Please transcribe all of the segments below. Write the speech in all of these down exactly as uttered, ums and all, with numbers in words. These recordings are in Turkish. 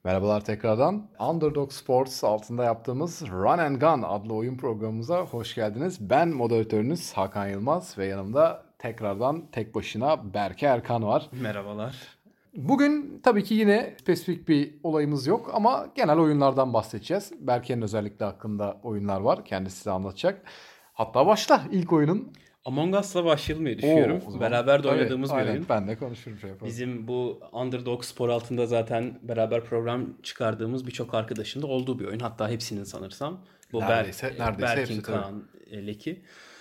Merhabalar tekrardan. Underdog Sports altında yaptığımız Run and Gun adlı oyun programımıza hoş geldiniz. Ben moderatörünüz Hakan Yılmaz ve yanımda tekrardan tek başına Berke Erkan var. Merhabalar. Bugün tabii ki yine spesifik bir olayımız yok ama genel oyunlardan bahsedeceğiz. Berke'nin özellikle hakkında oyunlar var. Kendisi size anlatacak. Hatta başla ilk oyunun. Among Us'la başlayalım diye düşünüyorum. Oo, o zaman Beraber de tabii, oynadığımız bir aynen, oyun. ben de konuşurum şey yaparım. Bizim bu Underdog Spor altında zaten beraber program çıkardığımız birçok arkadaşın da olduğu bir oyun. Hatta hepsinin sanırsam. Bu Neredeyse- Ber- neredeyse Berkin, hepsi, tabii. Kaan, e, Leki.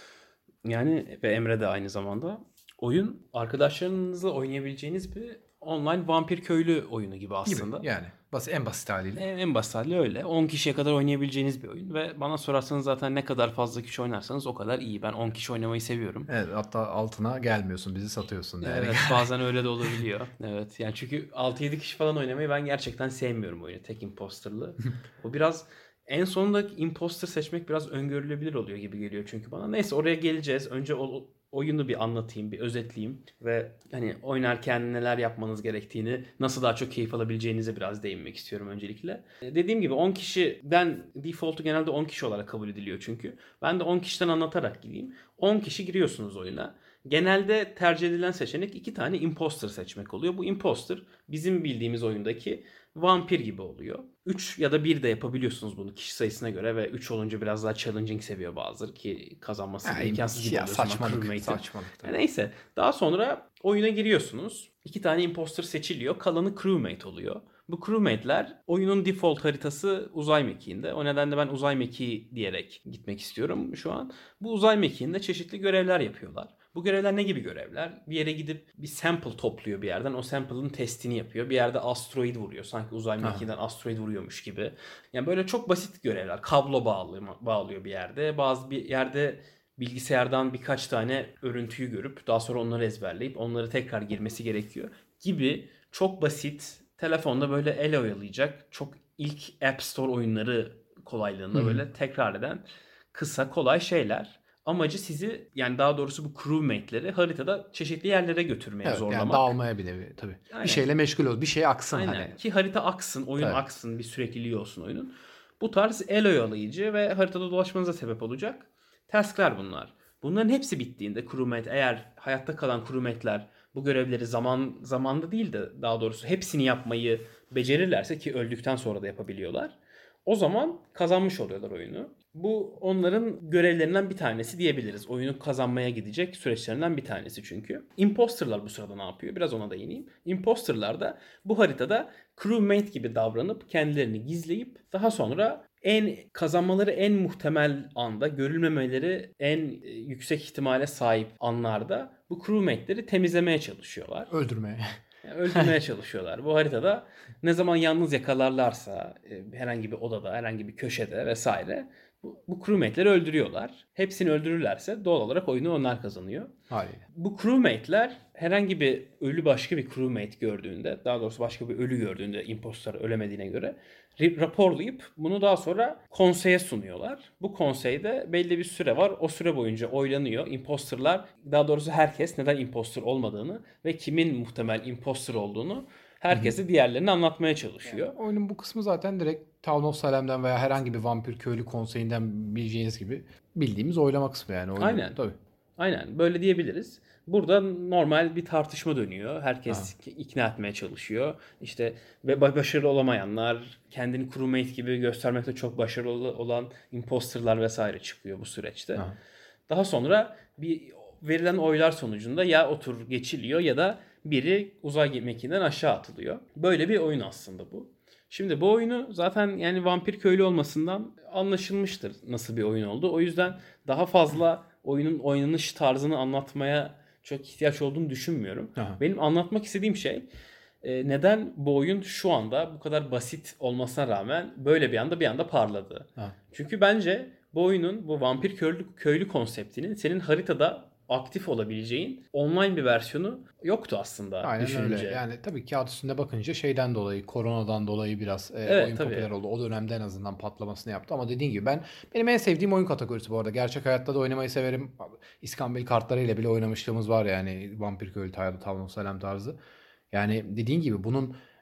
Yani ve Emre de aynı zamanda. Oyun arkadaşlarınızla oynayabileceğiniz bir online vampir köylü oyunu gibi aslında. Gibi yani. Basit, en basit haliyle. En, en basit hali öyle. on kişiye kadar oynayabileceğiniz bir oyun. Ve bana sorarsanız zaten ne kadar fazla kişi oynarsanız o kadar iyi. Ben on kişi oynamayı seviyorum. Evet, hatta altına gelmiyorsun, bizi satıyorsun yani. Evet, bazen öyle de olabiliyor. Evet, yani çünkü altı yedi kişi falan oynamayı ben gerçekten sevmiyorum oyunu. Tek imposterlı. O biraz en sonunda imposter seçmek biraz öngörülebilir oluyor gibi geliyor çünkü bana. Neyse, oraya geleceğiz. Önce o oyunu bir anlatayım, bir özetleyeyim ve hani oynarken neler yapmanız gerektiğini, nasıl daha çok keyif alabileceğinize biraz değinmek istiyorum öncelikle. E, Dediğim gibi on kişiden default'u genelde on kişi olarak kabul ediliyor çünkü. Ben de on kişiden anlatarak gideyim. on kişi giriyorsunuz oyuna. Genelde tercih edilen seçenek iki tane imposter seçmek oluyor. Bu imposter bizim bildiğimiz oyundaki vampir gibi oluyor. üç ya da bir de yapabiliyorsunuz bunu kişi sayısına göre ve üç olunca biraz daha challenging seviyor bazıları ki kazanması Ya, imkansız gibi ya, oluyor. o zaman saçmalık, crewmate'in. saçmalık tabii. Ya neyse, daha sonra oyuna giriyorsunuz. İki tane imposter seçiliyor. Kalanı crewmate oluyor. Bu crewmate'ler oyunun default haritası uzay mekiğinde. O nedenle ben uzay mekiği diyerek gitmek istiyorum şu an. Bu uzay mekiğinde çeşitli görevler yapıyorlar. Bu görevler ne gibi görevler? Bir yere gidip bir sample topluyor bir yerden. O sample'ın testini yapıyor. Bir yerde asteroid vuruyor. Sanki uzay mekiğinden asteroid vuruyormuş gibi. Yani böyle çok basit görevler. Kablo bağlıyor, bağlıyor bir yerde. Bazı bir yerde bilgisayardan birkaç tane örüntüyü görüp daha sonra onları ezberleyip onları tekrar girmesi gerekiyor gibi çok basit, telefonda böyle el oyalayacak, çok ilk App Store oyunları kolaylığında Hı hı. böyle tekrar eden kısa kolay şeyler. Amacı sizi, yani daha doğrusu bu crewmate'leri haritada çeşitli yerlere götürmeye Evet, zorlamak. yani dağılmaya bir nevi tabii. Aynen. Bir şeyle meşgul ol, bir şey aksın Aynen. hani. Ki harita aksın, oyun Tabii. aksın, bir sürekliliği olsun oyunun. Bu tarz el oyalayıcı ve haritada dolaşmanıza sebep olacak task'ler bunlar. Bunların hepsi bittiğinde crewmate, eğer hayatta kalan crewmate'ler bu görevleri zaman zamanda değil de daha doğrusu hepsini yapmayı becerirlerse, ki öldükten sonra da yapabiliyorlar, o zaman kazanmış oluyorlar oyunu. Bu onların görevlerinden bir tanesi diyebiliriz. Oyunu kazanmaya gidecek süreçlerinden bir tanesi çünkü. Imposterlar bu sırada ne yapıyor? Biraz ona değineyim. Imposterlar da bu haritada crewmate gibi davranıp kendilerini gizleyip daha sonra en kazanmaları en muhtemel anda, görülmemeleri en e, yüksek ihtimale sahip anlarda bu crewmate'leri temizlemeye çalışıyorlar. Öldürmeye. Yani öldürmeye çalışıyorlar. Bu haritada ne zaman yalnız yakalarlarsa e, herhangi bir odada, herhangi bir köşede vesaire bu, bu crewmate'leri öldürüyorlar. Hepsini öldürürlerse doğal olarak oyunu onlar kazanıyor. Haliyle. Bu crewmate'ler herhangi bir ölü başka bir crewmate gördüğünde, daha doğrusu başka bir ölü gördüğünde, impostor ölemediğine göre ri- raporlayıp bunu daha sonra konseye sunuyorlar. Bu konseyde belli bir süre var. O süre boyunca oylanıyor. Imposterlar, daha doğrusu herkes neden impostor olmadığını ve kimin muhtemel impostor olduğunu herkese diğerlerine anlatmaya çalışıyor. Oyunun bu kısmı zaten direkt Town of Salem'den veya herhangi bir vampir köylü konseyinden bileceğiniz gibi bildiğimiz oylama kısmı yani. Oyunun, Aynen. Tabii. Aynen böyle diyebiliriz. Burada normal bir tartışma dönüyor. Herkes ikna etmeye çalışıyor. İşte ve ba- başarılı olamayanlar, kendini crewmate gibi göstermekte çok başarılı olan imposterlar vesaire çıkıyor bu süreçte. Ha. Daha sonra bir verilen oylar sonucunda ya otur geçiliyor ya da biri uzay mekiğinden aşağı atılıyor. Böyle bir oyun aslında bu. Şimdi bu oyunu zaten yani vampir köylü olmasından anlaşılmıştır nasıl bir oyun oldu. O yüzden daha fazla oyunun oynanış tarzını anlatmaya çok ihtiyaç olduğunu düşünmüyorum. Aha. Benim anlatmak istediğim şey e, neden bu oyun şu anda bu kadar basit olmasına rağmen böyle bir anda bir anda parladı. Ha. Çünkü bence bu oyunun, bu vampir köylü, köylü konseptinin senin haritada aktif olabileceğin online bir versiyonu yoktu aslında Aynen düşününce. öyle. Yani tabii kağıt üstünde bakınca şeyden dolayı, koronadan dolayı biraz e, Evet, oyun tabii. popüler oldu. O dönemde en azından patlamasını yaptı. Ama dediğin gibi ben benim en sevdiğim oyun kategorisi bu arada. Gerçek hayatta da oynamayı severim. İskambil kartlarıyla bile oynamışlığımız var yani. Vampir Köylü tarzı, Town of Salem tarzı. Yani dediğin gibi bunun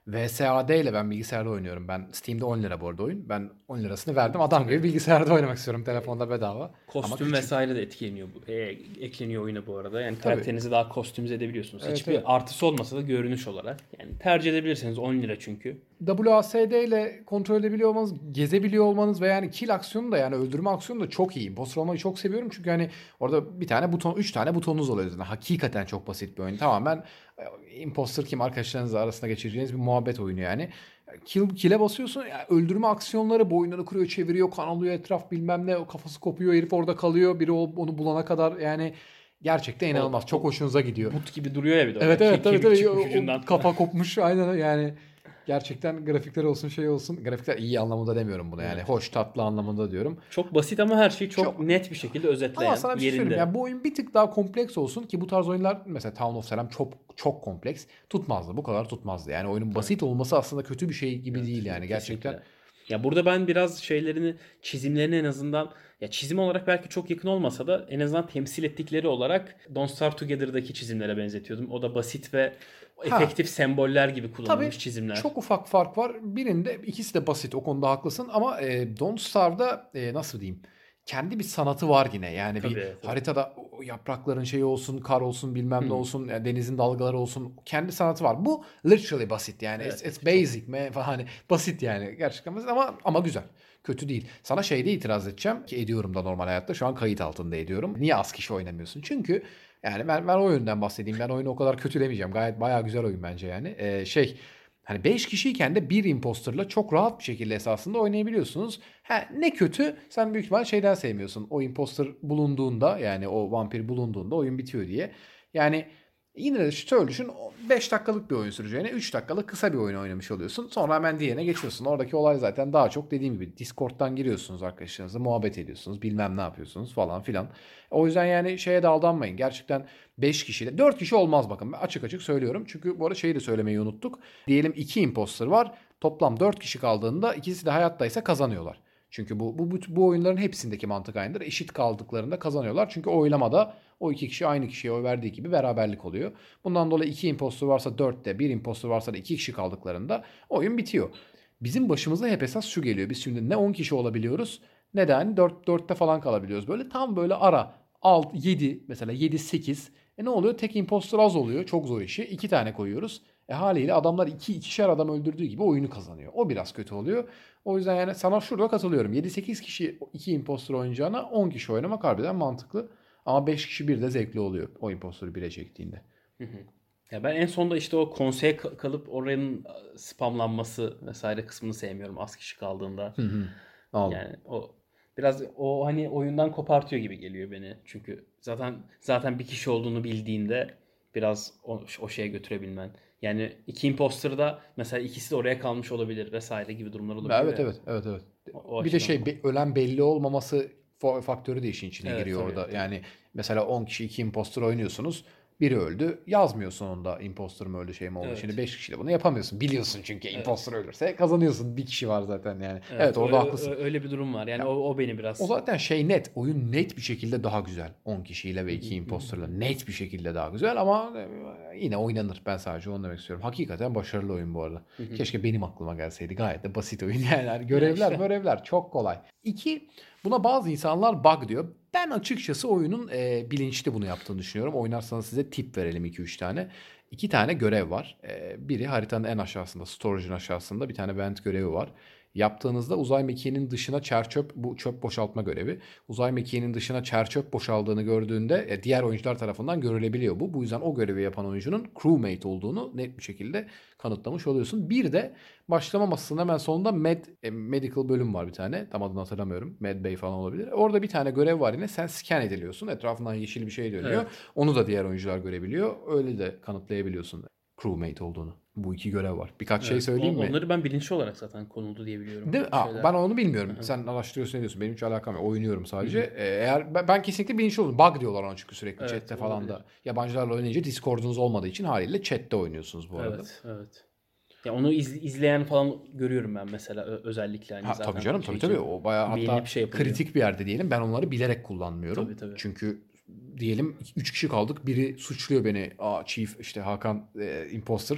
V S A D ile ben bilgisayarda oynuyorum. Ben Steam'de on lira bu arada oyun. Ben on lirasını verdim. Adam gibi bilgisayarda oynamak istiyorum. Telefonda bedava. Kostüm vesaire de etkileniyor bu, e, ekleniyor oyuna bu arada. Yani Tabii. karakterinizi daha kostümize edebiliyorsunuz. Evet, Hiçbir evet. artısı olmasa da görünüş olarak. Yani tercih edebilirsiniz, on lira çünkü. W A S D ile kontrol edebiliyor olmanız, gezebiliyor olmanız ve yani kill aksiyonu da yani öldürme aksiyonu da çok iyi. Imposter olmayı çok seviyorum çünkü hani orada bir tane buton, üç tane butonunuz oluyor zaten. Hakikaten çok basit bir oyun. Tamamen e, imposter kim arkadaşlarınızla arasında geçireceğiniz bir muhabbet oyunu yani. Kill, kill'e basıyorsun, yani öldürme aksiyonları, boynunu kırıyor, çeviriyor, kan alıyor etraf bilmem ne, kafası kopuyor, herif orada kalıyor. Biri onu bulana kadar yani gerçekten inanılmaz. O- çok o- hoşunuza gidiyor. But gibi duruyor ya bir de. Evet orada. evet Kemik tabii tabii. çıkmış O- o ucundan. kafa kopmuş aynen yani. Gerçekten grafikler olsun şey olsun. Grafikler iyi anlamında demiyorum bunu yani. Evet. Hoş tatlı anlamında diyorum. Çok basit ama her şeyi çok, Çok- net bir şekilde özetleyen, Ama sana bir şey yerinde. söyleyeyim. Yani bu oyun bir tık daha kompleks olsun ki bu tarz oyunlar mesela Town of Salem çok çok kompleks. Tutmazdı. Bu kadar tutmazdı. Yani oyunun basit olması aslında kötü bir şey gibi Evet, değil yani gerçekten. kesinlikle. Ya burada ben biraz şeylerini, çizimlerini en azından, ya çizim olarak belki çok yakın olmasa da en azından temsil ettikleri olarak Don't Starve Together'daki çizimlere benzetiyordum. O da basit ve Ha. efektif semboller gibi kullanılmış Tabii çizimler. çok ufak fark var. Birinde ikisi de basit. O konuda haklısın ama e, Don't Starve'da e, nasıl diyeyim? Kendi bir sanatı var yine. Yani Tabii, bir evet, evet. haritada o yaprakların şeyi olsun, kar olsun, bilmem ne Hı. olsun, yani denizin dalgaları olsun. Kendi sanatı var. Bu literally basit yani. Evet, it's, it's çok- basic me falan hani basit yani. Gerçekten basit ama ama güzel. Kötü değil. Sana şeyde itiraz edeceğim ki ediyorum da normal hayatta. Şu an kayıt altında ediyorum. Niye az kişi oynamıyorsun? Çünkü yani ben, ben o oyundan bahsedeyim. Ben oyunu o kadar kötülemeyeceğim. Gayet bayağı güzel oyun bence yani. Ee, şey hani beş kişiyken de bir imposterla çok rahat bir şekilde esasında oynayabiliyorsunuz. Ha, ne kötü sen büyük ihtimal şeyden sevmiyorsun. O imposter bulunduğunda yani o vampir bulunduğunda oyun bitiyor diye. Yani yine de şöyle düşün beş dakikalık bir oyun süreceğine üç dakikalık kısa bir oyun oynamış oluyorsun. Sonra hemen diğerine geçiyorsun. Oradaki olay zaten daha çok dediğim gibi Discord'dan giriyorsunuz arkadaşlarınızla muhabbet ediyorsunuz. Bilmem ne yapıyorsunuz falan filan. O yüzden yani şeye de aldanmayın. Gerçekten beş kişiyle dört kişi olmaz bakın. Ben açık açık söylüyorum. Çünkü bu arada şeyi de söylemeyi unuttuk. Diyelim iki imposter var. Toplam dört kişi kaldığında ikisi de hayattaysa kazanıyorlar. Çünkü bu, bu, bu, bu oyunların hepsindeki mantık aynıdır. Eşit kaldıklarında kazanıyorlar. Çünkü oylamada o iki kişi aynı kişiye oy verdiği gibi beraberlik oluyor. Bundan dolayı iki imposter varsa dörtte, bir imposter varsa da iki kişi kaldıklarında oyun bitiyor. Bizim başımıza hep esas şu geliyor. Biz şimdi ne on kişi olabiliyoruz ne de hani dört, dörtte falan kalabiliyoruz. Böyle tam böyle ara altı, yedi mesela yedi, sekiz. E ne oluyor? Tek imposter az oluyor. Çok zor işi. iki tane koyuyoruz. E haliyle adamlar iki, ikişer adam öldürdüğü gibi oyunu kazanıyor. O biraz kötü oluyor. O yüzden yani sana şurada katılıyorum. yedi sekiz kişi iki imposter oynayacağına on kişi oynamak harbiden mantıklı. Ama beş kişi bir de zevkli oluyor o imposter'ı bire çektiğinde. Hı hı. Ya ben en sonda işte o konseye ka- kalıp oranın spamlanması vesaire kısmını sevmiyorum az kişi kaldığında. Hı hı. Anladım. Yani o biraz o hani oyundan kopartıyor gibi geliyor beni. Çünkü zaten zaten bir kişi olduğunu bildiğinde biraz o, o şeye götürebilmen. Yani iki imposter'da mesela ikisi de oraya kalmış olabilir vesaire gibi durumlar olabilir. Evet ya. evet evet evet. O- o Bir de açıdan şey be- ölen belli olmaması fa- faktörü de işin içine Evet, giriyor tabii, orada. tabii. Yani mesela on kişi iki imposter oynuyorsunuz. Biri öldü. Yazmıyor sonunda imposter mı öldü şey mi oldu. Evet. Şimdi beş kişiyle bunu yapamıyorsun. Biliyorsun çünkü imposter ölürse kazanıyorsun. Bir kişi var zaten yani. Evet, Evet, orada öyle, haklısın. öyle bir durum var. Yani o, o beni biraz O zaten şey net. Oyun net bir şekilde daha güzel. on kişiyle ve iki imposterla net bir şekilde daha güzel ama e, yine oynanır. Ben sadece onu demek istiyorum. Hakikaten başarılı oyun bu arada. Keşke benim aklıma gelseydi. Gayet de basit oyun yani. Yani görevler, işte. görevler çok kolay. İki, buna bazı insanlar bug diyor. Ben açıkçası oyunun e, bilinçli bunu yaptığını düşünüyorum. Oynarsanız size tip verelim iki üç tane. İki tane görev var. E, biri haritanın en aşağısında, storage'ın aşağısında bir tane vent görevi var. Yaptığınızda uzay mekiğinin dışına çer çöp, bu çöp boşaltma görevi. Uzay mekiğinin dışına çer çöp boşaldığını gördüğünde e, diğer oyuncular tarafından görülebiliyor bu. Bu yüzden o görevi yapan oyuncunun crewmate olduğunu net bir şekilde kanıtlamış oluyorsun. Bir de başlama masasının hemen sonunda med, e, medical bölüm var bir tane. Tam adını hatırlamıyorum. Med Bay falan olabilir. Orada bir tane görev var yine. Sen scan ediliyorsun. Etrafından yeşil bir şey dönüyor. Evet. Onu da diğer oyuncular görebiliyor. Öyle de kanıtlayabiliyorsun crewmate olduğunu. Bu iki görev var. Birkaç şey Evet, söyleyeyim on- mi? Onları ben bilinçli olarak zaten konuldu diye biliyorum. Değil mi? Aa, Şeyler. ben onu bilmiyorum. Sen araştırıyorsun ne diyorsun? Benim hiç alakam yok. Oynuyorum sadece. Ee, eğer ben, ben kesinlikle bilinçli oldum. Bug diyorlar ona çünkü sürekli Evet, chatte falan da. olabilir. Yabancılarla oynayınca Discord'unuz olmadığı için haliyle chatte oynuyorsunuz bu arada. Evet, evet. Ya onu iz- izleyen falan görüyorum ben mesela ö- özellikle hani Ha, zaten tabii canım şey tabii için tabii. O bayağı belli hatta bir şey yapılıyor. kritik bir yerde diyelim. Ben onları bilerek kullanmıyorum. Tabii, tabii. Çünkü diyelim üç kişi kaldık. Biri suçluyor beni. Aa, Chief işte Hakan e, imposter.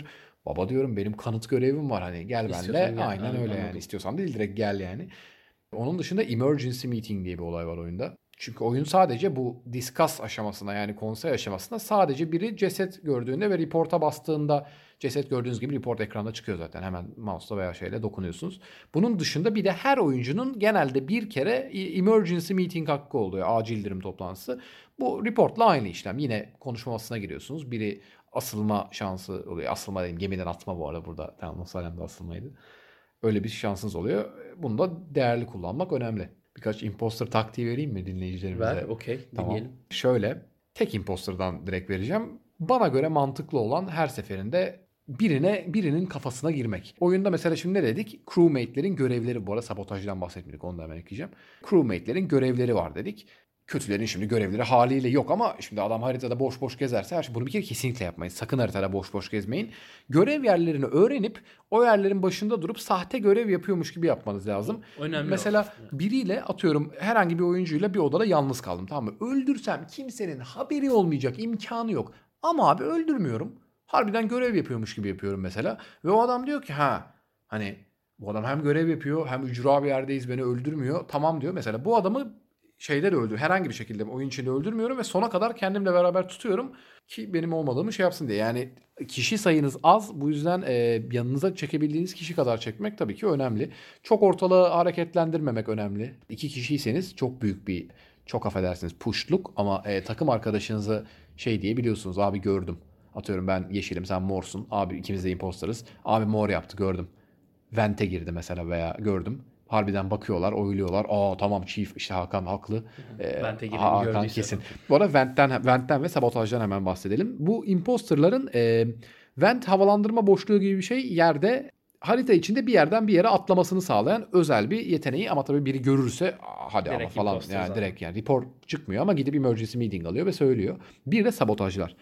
Baba diyorum benim kanıt görevim var hani gel İstiyorsan benle. gel. Aynen Anladım, öyle yani. anladım. İstiyorsan değil direkt gel yani. Onun dışında emergency meeting diye bir olay var oyunda. Çünkü oyun sadece bu discuss aşamasına yani konsey aşamasında sadece biri ceset gördüğünde ve report'a bastığında ceset gördüğünüz gibi report ekranda çıkıyor zaten. Hemen mouse'la veya şeyle dokunuyorsunuz. Bunun dışında bir de her oyuncunun genelde bir kere emergency meeting hakkı oluyor. Acil durum toplantısı. Bu reportla aynı işlem. Yine konuşma masasına giriyorsunuz. Biri asılma şansı oluyor. Asılma diyeyim gemiden atma bu arada burada. Tamam Salem'de asılmaydı. Öyle bir şansınız oluyor. Bunu da değerli kullanmak önemli. Birkaç imposter taktiği vereyim mi dinleyicilerimize? Ver, okey. Tamam. Dinleyelim. Şöyle, tek imposter'dan direkt vereceğim. Bana göre mantıklı olan her seferinde birine birinin kafasına girmek. Oyunda mesela şimdi ne dedik? Crewmate'lerin görevleri, bu arada sabotajdan bahsetmedik, onu da hemen ekleyeceğim. Crewmate'lerin görevleri var dedik. Kötülerin şimdi görevleri haliyle yok ama şimdi adam haritada boş boş gezerse her şey, bunu bir kere kesinlikle yapmayın. Sakın haritada boş boş gezmeyin. Görev yerlerini öğrenip o yerlerin başında durup sahte görev yapıyormuş gibi yapmanız lazım. Önemli Mesela o. biriyle atıyorum herhangi bir oyuncuyla bir odada yalnız kaldım, tamam mı? Öldürsem kimsenin haberi olmayacak, imkanı yok. Ama abi öldürmüyorum. Harbiden görev yapıyormuş gibi yapıyorum mesela. Ve o adam diyor ki ha hani bu adam hem görev yapıyor hem ücra bir yerdeyiz beni öldürmüyor. Tamam diyor mesela bu adamı şeyde de öldür. Herhangi bir şekilde oyun içinde öldürmüyorum ve sona kadar kendimle beraber tutuyorum ki benim olmadığımı şey yapsın diye. Yani kişi sayınız az. Bu yüzden e, yanınıza çekebildiğiniz kişi kadar çekmek tabii ki önemli. Çok ortalığı hareketlendirmemek önemli. İki kişiyseniz çok büyük bir, çok affedersiniz push'luk ama e, takım arkadaşınızı şey diye biliyorsunuz. Abi gördüm. Atıyorum ben yeşilim sen morsun. Abi ikimiz de imposterız. Abi mor yaptı gördüm. Vent'e girdi mesela veya gördüm. Harbiden bakıyorlar, oyluyorlar. Aa tamam Chief işte Hakan haklı. Ee, Vent'e gireni Hakan gördüyse kesin. adam. Bu arada Vent'ten, Vent'ten ve sabotajdan hemen bahsedelim. Bu imposterların e, Vent havalandırma boşluğu gibi bir şey yerde harita içinde bir yerden bir yere atlamasını sağlayan özel bir yeteneği ama tabii biri görürse hadi Direkt ama falan imposter yani zaten. direkt yani report çıkmıyor ama gidip emergency meeting alıyor ve söylüyor. Bir de sabotajlar.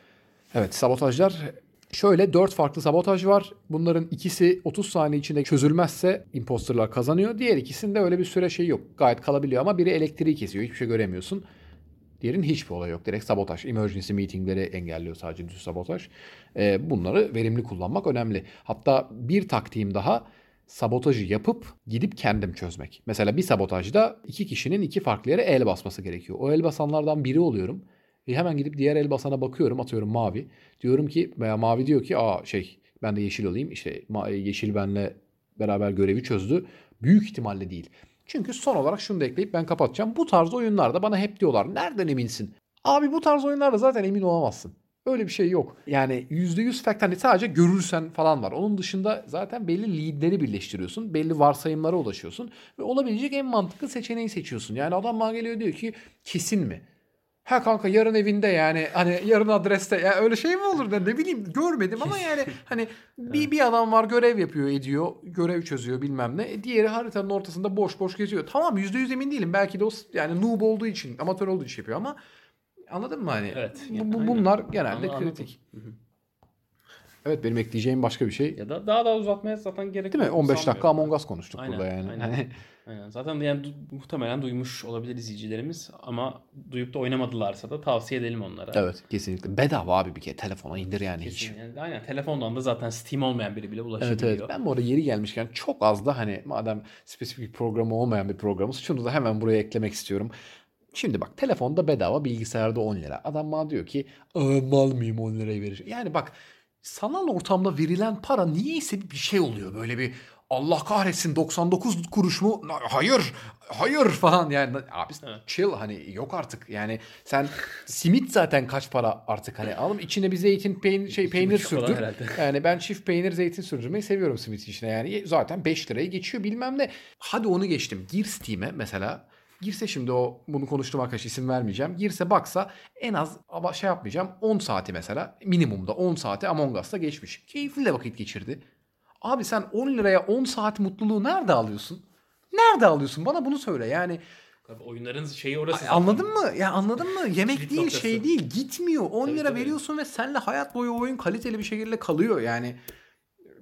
Evet sabotajlar şöyle dört farklı sabotaj var. Bunların ikisi otuz saniye içinde çözülmezse imposterlar kazanıyor. Diğer ikisinde öyle bir süre şey yok. Gayet kalabiliyor ama biri elektriği kesiyor. Hiçbir şey göremiyorsun. Diğerinin hiçbir olayı yok. Direkt sabotaj. Emergency meetingleri engelliyor sadece düz sabotaj. Ee, bunları verimli kullanmak önemli. Hatta bir taktiğim daha sabotajı yapıp gidip kendim çözmek. Mesela bir sabotajda iki kişinin iki farklı yere el basması gerekiyor. O el basanlardan biri oluyorum. Ve hemen gidip diğer el basana bakıyorum. Atıyorum mavi. Diyorum ki veya mavi diyor ki aa şey ben de yeşil olayım. İşte yeşil benle beraber görevi çözdü. Büyük ihtimalle değil. Çünkü son olarak şunu da ekleyip ben kapatacağım. Bu tarz oyunlarda bana hep diyorlar nereden eminsin? Abi bu tarz oyunlarda zaten emin olamazsın. Öyle bir şey yok. Yani yüzde yüz fact hani sadece görürsen falan var. Onun dışında zaten belli leadleri birleştiriyorsun. Belli varsayımlara ulaşıyorsun. Ve olabilecek en mantıklı seçeneği seçiyorsun. Yani adam bana geliyor diyor ki kesin mi? Ha kanka yarın evinde yani hani yarın adreste ya öyle şey mi olur da ne bileyim görmedim ama yani hani bir, bir adam var görev yapıyor ediyor görev çözüyor bilmem ne e, diğeri haritanın ortasında boş boş geziyor tamam yüzde yüz emin değilim belki de o yani noob olduğu için amatör olduğu için yapıyor ama anladın mı hani Evet. bu, Yani bu- aynen. bunlar genelde Anladım, anladım. kritik. Evet benim ekleyeceğim başka bir şey Ya da daha da uzatmaya zaten gerek değil mi? yok. on beş dakika Sanmıyorum Among ben. Us konuştuk Aynen, burada yani. aynen. Hani Aynen. Zaten yani du- muhtemelen duymuş olabilir izleyicilerimiz ama duyup da oynamadılarsa da tavsiye edelim onlara. evet kesinlikle bedava abi bir kere telefona indir yani hiç. Kesin. Yani, aynen telefondan da zaten Steam olmayan biri bile Evet ulaşabiliyor. evet. Ben bu arada yeri gelmişken çok az da hani madem spesifik bir programı olmayan bir programımız şunu da hemen buraya eklemek istiyorum. Şimdi bak telefonda bedava bilgisayarda on lira. Adam bana diyor ki mal mıyım on lirayı verecek. Yani bak sanal ortamda verilen para niyeyse bir şey oluyor. Böyle bir Allah kahretsin doksan dokuz kuruş mu? Hayır. Hayır falan yani. Abi Evet. chill hani yok artık. Yani sen simit zaten kaç para artık hani alım içine bir zeytin peynir şey peynir buçuk falan sürdür. herhalde. Yani ben çift peynir zeytin sürdürmeyi seviyorum simitin içine yani. Zaten beş lirayı geçiyor bilmem ne. Hadi onu geçtim. Gir Steam'e mesela. Girse şimdi o bunu konuştuğum arkadaş isim vermeyeceğim. Girse baksa en az ama şey yapmayacağım on saati mesela minimumda on saati Among Us'ta geçmiş. Keyifli de vakit geçirdi. Abi sen on liraya on saat mutluluğu nerede alıyorsun? Nerede alıyorsun? Bana bunu söyle. Yani Tabii oyunların şeyi orası zaten. anladın mı? Ya anladın mı? Yemek Kilit değil noktası. şey değil. Gitmiyor. on Tabii, lira tabii. veriyorsun ve seninle hayat boyu oyun kaliteli bir şekilde kalıyor. Yani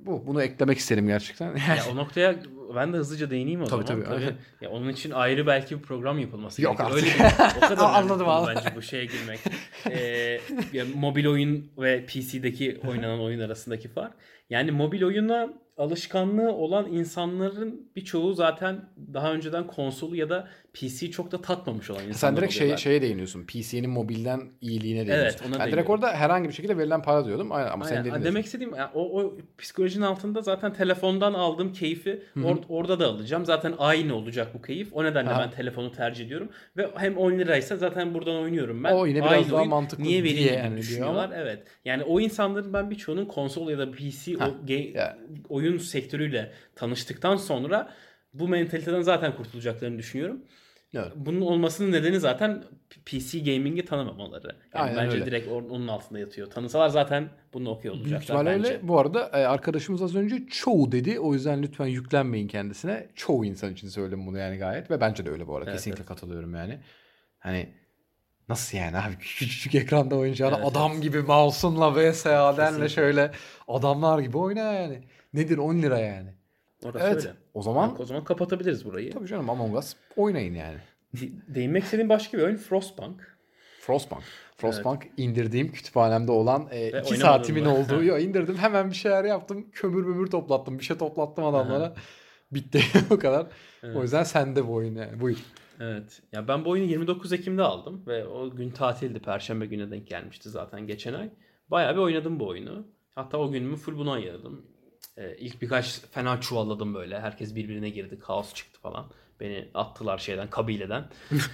bu. Bunu eklemek isterim gerçekten. Ya o noktaya ben de hızlıca değineyim o Tabii, zaman. tabii. Ya onun için ayrı belki bir program yapılması Yok gerekir. artık. Öyle bir, o kadar önemli Anladım, bir konu anladım. bence bu şeye girmek. Ee, ya mobil oyun ve P C'deki oynanan oyun arasındaki fark. Yani mobil oyuna alışkanlığı olan insanların birçoğu zaten daha önceden konsolu ya da P C'yi çok da tatmamış olan insanlar Sen direkt şeye, oluyorlar. şeye değiniyorsun. P C'nin mobilden iyiliğine değiniyorsun. Evet, ona ben direkt değiniyorum. orada herhangi bir şekilde verilen para diyordum. Aynen, ama Aynen. senin dediğin de- Demek istediğim yani o, o psikolojinin altında zaten telefondan aldığım keyfi or- orada da alacağım. Zaten aynı olacak bu keyif. O nedenle Aha. ben telefonu tercih ediyorum. Ve hem on liraysa zaten buradan oynuyorum ben. O yine biraz Aynı daha oyun, mantıklı niye diye vereyim gibi yani diyor düşünüyorlar. ama- Evet. Yani o insanların ben birçoğunun konsol ya da P C Ha, o ge- yani. oyun sektörüyle tanıştıktan sonra bu mentaliteden zaten kurtulacaklarını düşünüyorum. Evet. Bunun olmasının nedeni zaten P C gaming'i tanımamaları. Yani Aynen bence öyle. direkt or- onun altında yatıyor. Tanısalar zaten bunu okuyor olacaklar Büyük ihtimalle bence. öyle. Bu arada e, arkadaşımız az önce çoğu dedi. O yüzden lütfen yüklenmeyin kendisine. Çoğu insan için söyledim bunu yani gayet. Ve bence de öyle bu arada. Evet, Kesinlikle evet. katılıyorum yani. Hani nasıl yani abi küçücük ekranda oynayacağını Evet, adam evet. gibi mouse'unla V S A'denle Kesinlikle. şöyle adamlar gibi oyna yani. Nedir on lira yani. Orası Evet. öyle. O zaman Yani o zaman kapatabiliriz burayı. tabii canım Among Us oynayın yani. De- değinmek istediğim başka bir oyun Frostpunk. Frostpunk. Frostpunk indirdiğim kütüphanemde olan e, Ve iki oynamadın saatimin mı? olduğu. Yo, indirdim hemen bir şeyler yaptım. Kömür mümür toplattım. Bir şey toplattım adamlara. Bitti o kadar. Evet. O yüzden sende bu oyun yani. Buyur. Evet. Ya ben bu oyunu yirmi dokuz Ekim'de aldım ve o gün tatildi. Perşembe gününe denk gelmişti zaten geçen ay. Bayağı bir oynadım bu oyunu. Hatta o günümü full buna ayırdım. Ee, ilk birkaç fena çuvalladım böyle. Herkes birbirine girdi. Kaos çıktı falan. Beni attılar şeyden, kabileden.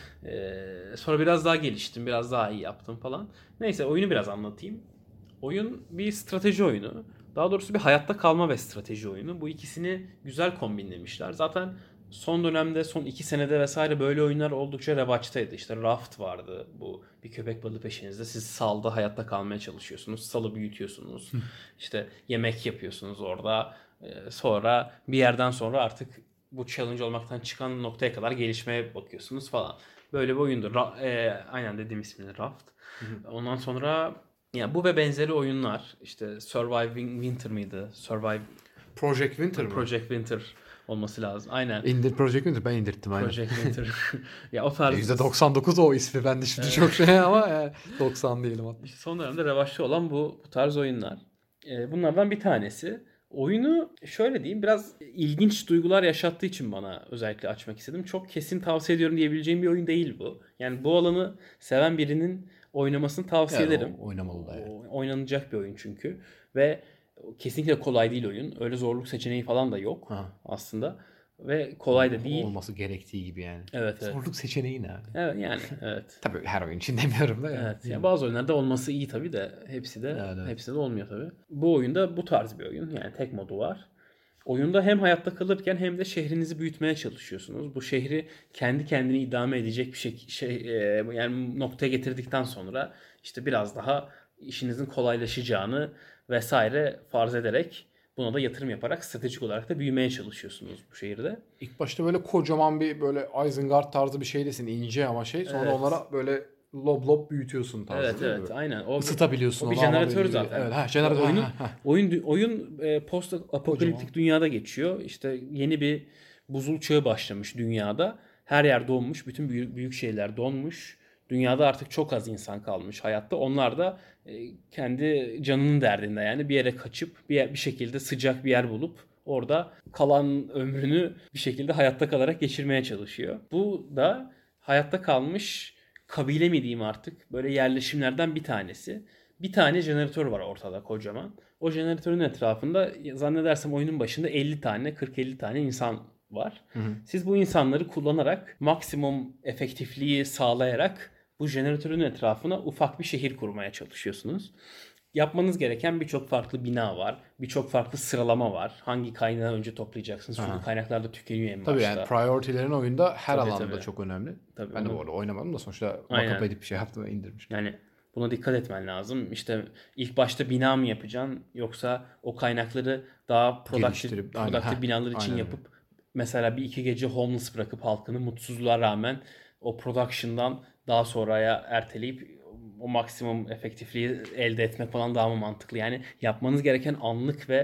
ee, sonra biraz daha geliştim. Biraz daha iyi yaptım falan. Neyse oyunu biraz anlatayım. Oyun bir strateji oyunu. Daha doğrusu bir hayatta kalma ve strateji oyunu. Bu ikisini güzel kombinlemişler. Zaten son dönemde, son iki senede vesaire böyle oyunlar oldukça revaçtaydı. İşte Raft vardı. Bu bir köpek balığı peşinizde. Siz salda hayatta kalmaya çalışıyorsunuz. Salı büyütüyorsunuz. İşte yemek yapıyorsunuz orada. Ee, sonra bir yerden sonra artık bu challenge olmaktan çıkan noktaya kadar gelişmeye bakıyorsunuz falan. Böyle bir oyundu. Ra- e, aynen dediğim ismini Raft. Ondan sonra ya bu ve benzeri oyunlar işte Surviving Winter mıydı? Survive Project Winter mı? Project Winter olması lazım. Aynen. İndir Project Winter ben indirttim aynen. Project Winter. Ya o tarz yüzde doksan dokuz o ismi. Ben de şimdi çok şey ama yani doksan değilim hatta. İşte son dönemde revaçta olan bu, bu tarz oyunlar. Ee, bunlardan bir tanesi. Oyunu şöyle diyeyim biraz ilginç duygular yaşattığı için bana özellikle açmak istedim. Çok kesin tavsiye ediyorum diyebileceğim bir oyun değil bu. Yani bu alanı seven birinin oynamasını tavsiye Yani ederim. o- oynamalı da yani. O- Oynanacak bir oyun çünkü. Ve kesinlikle kolay değil oyun. Öyle zorluk seçeneği falan da yok Ha. aslında. Ve kolay da değil. Olması gerektiği gibi yani. Evet, evet. Zorluk seçeneği ne abi? Evet yani evet. Tabii her oyun için demiyorum da yani. Evet. Ya bazı oyunlarda olması iyi tabii de hepsi de Evet, evet. hepsi de olmuyor tabii. Bu oyunda bu tarz bir oyun. Yani tek modu var. Oyunda hem hayatta kalırken hem de şehrinizi büyütmeye çalışıyorsunuz. Bu şehri kendi kendini idame edecek bir şey, şey e, yani noktaya getirdikten sonra işte biraz daha işinizin kolaylaşacağını vesaire farz ederek buna da yatırım yaparak stratejik olarak da büyümeye çalışıyorsunuz bu şehirde. İlk başta böyle kocaman bir böyle Isengard tarzı bir şeydesin. İnce ama şey. Sonra Evet. onlara böyle lob lob büyütüyorsun tarzı. Evet değil mi? evet aynen. O, Isıtabiliyorsun o bir onu ama jeneratör böyle- zaten. Evet, ha, jeneratör. Oyunun, Ha, ha. oyun oyun e, post apokaliptik Kocaman. dünyada geçiyor. İşte yeni bir buzul çağı başlamış dünyada. Her yer donmuş. Bütün büyük, büyük şeyler donmuş. Dünyada artık çok az insan kalmış hayatta. Onlar da e, kendi canının derdinde yani bir yere kaçıp bir, yer, bir şekilde sıcak bir yer bulup orada kalan ömrünü bir şekilde hayatta kalarak geçirmeye çalışıyor. Bu da hayatta kalmış kabile mi diyeyim artık böyle yerleşimlerden bir tanesi. Bir tane jeneratör var ortada kocaman. O jeneratörün etrafında zannedersem oyunun başında elli tane kırk elli tane insan var. Hı hı. Siz bu insanları kullanarak maksimum efektifliği sağlayarak bu jeneratörün etrafına ufak bir şehir kurmaya çalışıyorsunuz. Yapmanız gereken birçok farklı bina var. Birçok farklı sıralama var. Hangi kaynağı önce toplayacaksınız? Çünkü Aha. kaynaklar da tükeniyor en Tabii başta. yani priority'lerin oyunda her Tabii, alanda tabii. çok önemli. Tabii, Ben de onu- bu arada oynamadım da sonuçta Aynen. bakıp edip bir şey yaptım ve indirmiş. Yani buna dikkat etmen lazım. İşte ilk başta bina mı yapacaksın yoksa o kaynakları daha productive, Geliştirip, aynen, productive ha, binalar için aynen öyle. yapıp mesela bir iki gece homeless bırakıp halkını mutsuzluğa rağmen o production'dan daha sonraya erteleyip o maksimum efektifliği elde etmek falan daha mı mantıklı? Yani yapmanız gereken anlık ve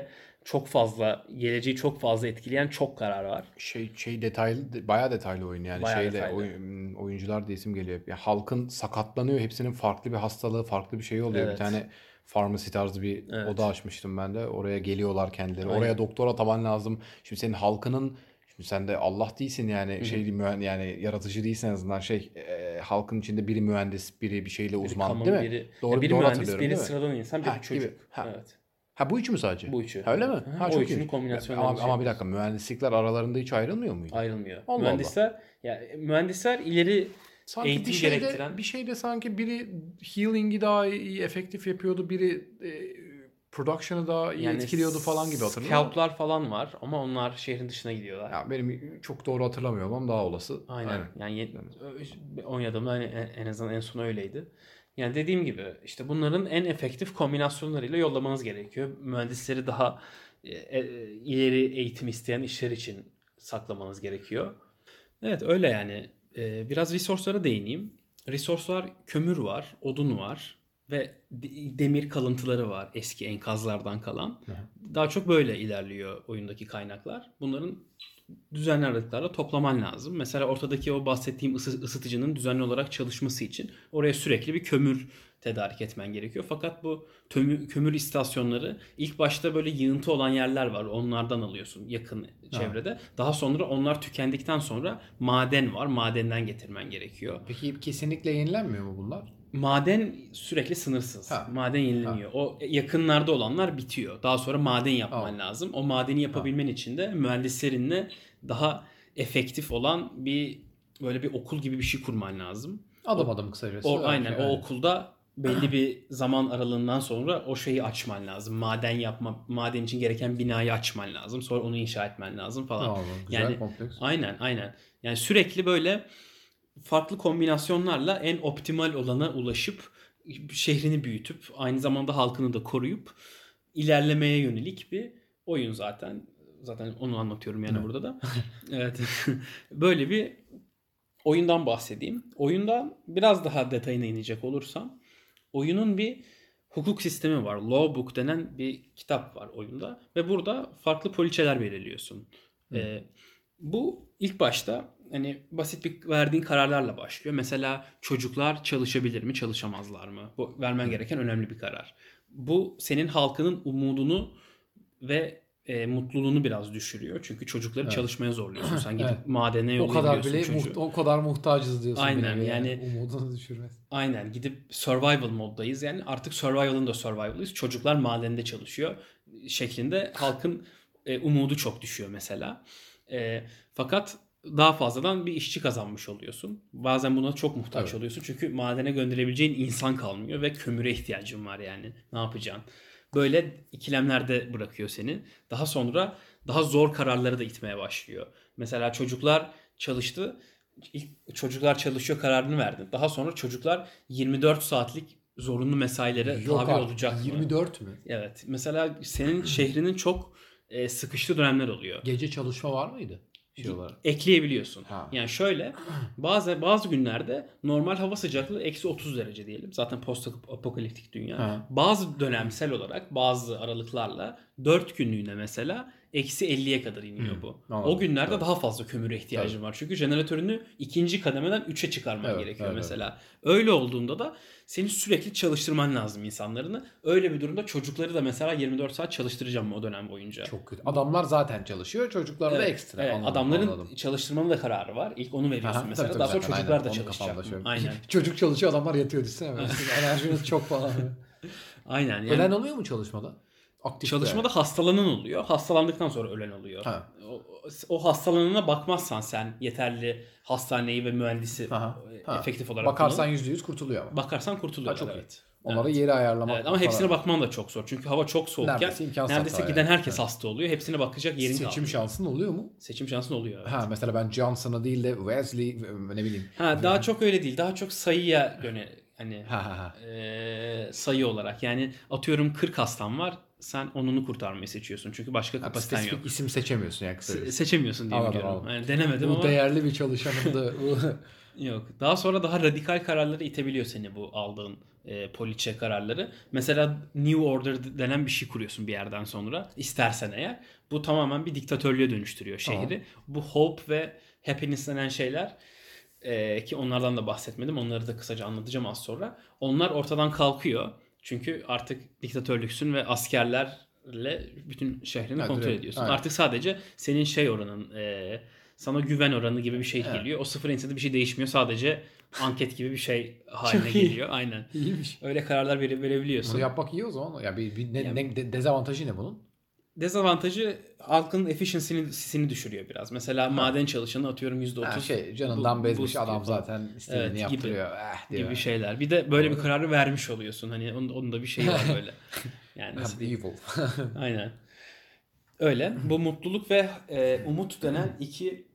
çok fazla, geleceği çok fazla etkileyen çok karar var. Şey şey detaylı, bayağı detaylı oyun yani. Bayağı Şeyde detaylı. oyun, oyuncular diye isim geliyor. Ya halkın sakatlanıyor, hepsinin farklı bir hastalığı, farklı bir şey oluyor. Bir Evet. tane farmasi tarzı bir Evet. oda açmıştım ben de. Oraya geliyorlar kendileri. Aynen. Oraya doktor ataman lazım. Şimdi senin halkının, şimdi sen de Allah değilsin yani, Hı hı. şey mühen- yani yaratıcı değilsin en azından, şey e, halkın içinde biri mühendis, biri bir şeyle Biri uzman, kamu, değil mi? biri, Doğru ya biri doğru mühendis, hatırlıyorum biri değil mi? sıradan insan, biri Ha, çocuk. gibi. Ha. Evet. Ha bu üçü mü sadece? Bu üçü. Ha, öyle mi? Hı hı. Ha O çok üçünün iyi. kombinasyonlarını Ama, ama bir yapıyorsun. dakika, mühendislikler aralarında hiç ayrılmıyor muydu? Ayrılmıyor. Allah mühendisler ya mühendisler ileri Sanki eğitim bir şeyde gerektiren bir şeyde sanki biri healing'i daha iyi, efektif yapıyordu, biri e, production'ı daha iyi yani etkiliyordu falan gibi hatırlıyorum. scalp'lar falan var ama onlar şehrin dışına gidiyorlar. Ya benim çok doğru hatırlamıyorum ama daha olası. Aynen. Yani ye- oynadığımda hani en en azından en son öyleydi. Yani dediğim gibi işte bunların en efektif kombinasyonlarıyla yollamanız gerekiyor. Mühendisleri daha e, e, ileri eğitim isteyen işler için saklamanız gerekiyor. Evet öyle yani. Ee, biraz resource'lara değineyim. Resource'lar kömür var, odun var ve de- demir kalıntıları var eski enkazlardan kalan. Hı Daha çok böyle ilerliyor oyundaki kaynaklar. Bunların düzenli aralıklarla toplaman lazım. Mesela ortadaki o bahsettiğim ısı- ısıtıcının düzenli olarak çalışması için oraya sürekli bir kömür tedarik etmen gerekiyor. Fakat bu tömü- kömür istasyonları ilk başta böyle yığıntı olan yerler var. Onlardan alıyorsun yakın çevrede. Daha sonra onlar tükendikten sonra maden var. Madenden getirmen gerekiyor. Peki kesinlikle yenilenmiyor mu bunlar? Maden sürekli sınırsız. Ha. Maden yenileniyor. O yakınlarda olanlar bitiyor. Daha sonra maden yapman Tamam. lazım. O madeni yapabilmen için de mühendislerinle daha efektif olan bir böyle bir okul gibi bir şey kurman lazım. Adım adım kısacası. O aynen Yani. o okulda belli bir zaman aralığından sonra o şeyi açman lazım. Maden yapma, maden için gereken binayı açman lazım. Sonra onu inşa etmen lazım falan. Tamam, güzel, yani kompleks. aynen aynen. Yani sürekli böyle farklı kombinasyonlarla en optimal olana ulaşıp şehrini büyütüp aynı zamanda halkını da koruyup ilerlemeye yönelik bir oyun zaten. Zaten onu anlatıyorum yani Evet. burada da. Evet. Böyle bir oyundan bahsedeyim. Oyundan biraz daha detayına inecek olursam oyunun bir hukuk sistemi var. Law Book denen bir kitap var oyunda ve burada farklı poliçeler belirliyorsun. Ee, bu ilk başta hani basit bir verdiğin kararlarla başlıyor. Mesela çocuklar çalışabilir mi, çalışamazlar mı? Bu vermen gereken önemli bir karar. Bu senin halkının umudunu ve e, mutluluğunu biraz düşürüyor. Çünkü çocukları Evet. çalışmaya zorluyorsun. Sen gidip Evet. madene O kadar yollayabiliyorsun bile çocuğu. muht- o kadar muhtacız diyorsun. Aynen, bir nevi yani- umudunu düşürmez. Aynen gidip survival moddayız. Yani artık survival'ın da survival'ıyız. Çocuklar madende çalışıyor şeklinde halkın e, umudu çok düşüyor mesela. E, fakat daha fazladan bir işçi kazanmış oluyorsun. Bazen buna çok muhtaç Evet. oluyorsun. Çünkü madene gönderebileceğin insan kalmıyor ve kömüre ihtiyacın var yani. Ne yapacaksın? Böyle ikilemlerde bırakıyor seni. Daha sonra daha zor kararları da itmeye başlıyor. Mesela çocuklar çalıştı. İlk çocuklar çalışıyor kararını verdin. Daha sonra çocuklar yirmi dört saatlik zorunlu mesailere Yok tabi artık, olacak mı? yirmi dört mü? Evet. Mesela senin şehrinin çok e, sıkıştığı dönemler oluyor. Gece çalışma var mıydı? Şey olarak. Ekleyebiliyorsun. Ha. Yani şöyle bazı bazı günlerde normal hava sıcaklığı eksi otuz derece diyelim. Zaten post apokaliptik dünya. Ha. Bazı dönemsel olarak bazı aralıklarla dört günlüğüne mesela eksi elliye kadar iniyor Hı, bu. anladım. O günlerde Evet. daha fazla kömüre ihtiyacın var. Çünkü jeneratörünü ikinci kademeden üçe çıkarman Evet, gerekiyor evet, mesela. Öyle olduğunda da seni sürekli çalıştırman lazım insanlarını. Öyle bir durumda çocukları da mesela yirmi dört saat çalıştıracağım o dönem boyunca. Çok kötü. Adamlar zaten çalışıyor, çocuklar da Evet, ekstra. evet. Anladım, Adamların anladım. çalıştırmanın da kararı var. İlk onu veriyorsun Aha, mesela. tabii, Daha tabii, sonra zaten, çocuklar aynen. da Onu kafamda çalışacak. şöyle. Aynen. Çocuk çalışıyor, adamlar yatıyor düşünsene. Enerjiniz çok falan. Aynen. Yani Ölen oluyor mu çalışmada? Aktif çalışmada yani. hastalanan oluyor. Hastalandıktan sonra ölen oluyor. Ha. O, o hastalanana bakmazsan sen yeterli hastaneyi ve mühendisi Aha, e, ha. efektif olarak Bakarsan kullanıp yüzde yüz kurtuluyor ama. bakarsan kurtuluyor. Ha, çok iyi. Evet. Onları Evet. yeri ayarlamak Evet, ama hepsine falan. bakman da çok zor. Çünkü hava çok soğukken Neredeyse neredeyse, imkansız hatta giden yani. herkes Evet. hasta oluyor. Hepsine bakacak yerin Seçim kalmıyor. şansın oluyor mu? Seçim şansın oluyor. Evet. Ha, mesela ben Johnson'a değil de Wesley ne bileyim. Ha, daha çok öyle değil. Daha çok sayıya göre hani Ha ha ha. e, sayı olarak. Yani atıyorum kırk hastan var. Sen onunu kurtarmayı seçiyorsun. Çünkü başka Ha, kapasiten yok. spesifik isim seçemiyorsun yani Se- kısacası. seçemiyorsun diye Anladım, biliyorum. anladım. Yani denemedim Bu ama değerli bir çalışanımdı. Bu Yok. Daha sonra daha radikal kararları itebiliyor seni bu aldığın e, poliçe kararları. Mesela New Order denen bir şey kuruyorsun bir yerden sonra. İstersen eğer. Bu tamamen bir diktatörlüğe dönüştürüyor şehri. Tamam. Bu Hope ve Happiness denen şeyler e, ki onlardan da bahsetmedim. Onları da kısaca anlatacağım az sonra. Onlar ortadan kalkıyor. Çünkü artık diktatörlüksün ve askerlerle bütün şehrini Evet, kontrol evet. ediyorsun. Aynen. Artık sadece senin şey oranın... E, sana güven oranı gibi bir şey Evet. geliyor. O sıfır insede bir şey değişmiyor. Sadece anket gibi bir şey haline Çok iyi. geliyor. Aynen. İyiymiş. Öyle kararlar vere, verebiliyorsun. Bunu yapmak iyi o zaman. Ya bir, bir ne, Yani- ne- de- dezavantajı ne bunun? Dezavantajı halkın efficiency'sini düşürüyor biraz. Mesela maden çalışanı atıyorum yüzde otuz. Ha, şey canından bu- bezmiş boost adam yapıyor zaten istediğini Evet, gibi- yaptırıyor. Eh, diyor. gibi şeyler. Bir de böyle bir kararı vermiş oluyorsun. Hani onun, onun da bir şeyi var böyle. Yani nasıl diyeyim? Evil. Aynen. Öyle. Bu mutluluk ve e, umut denen iki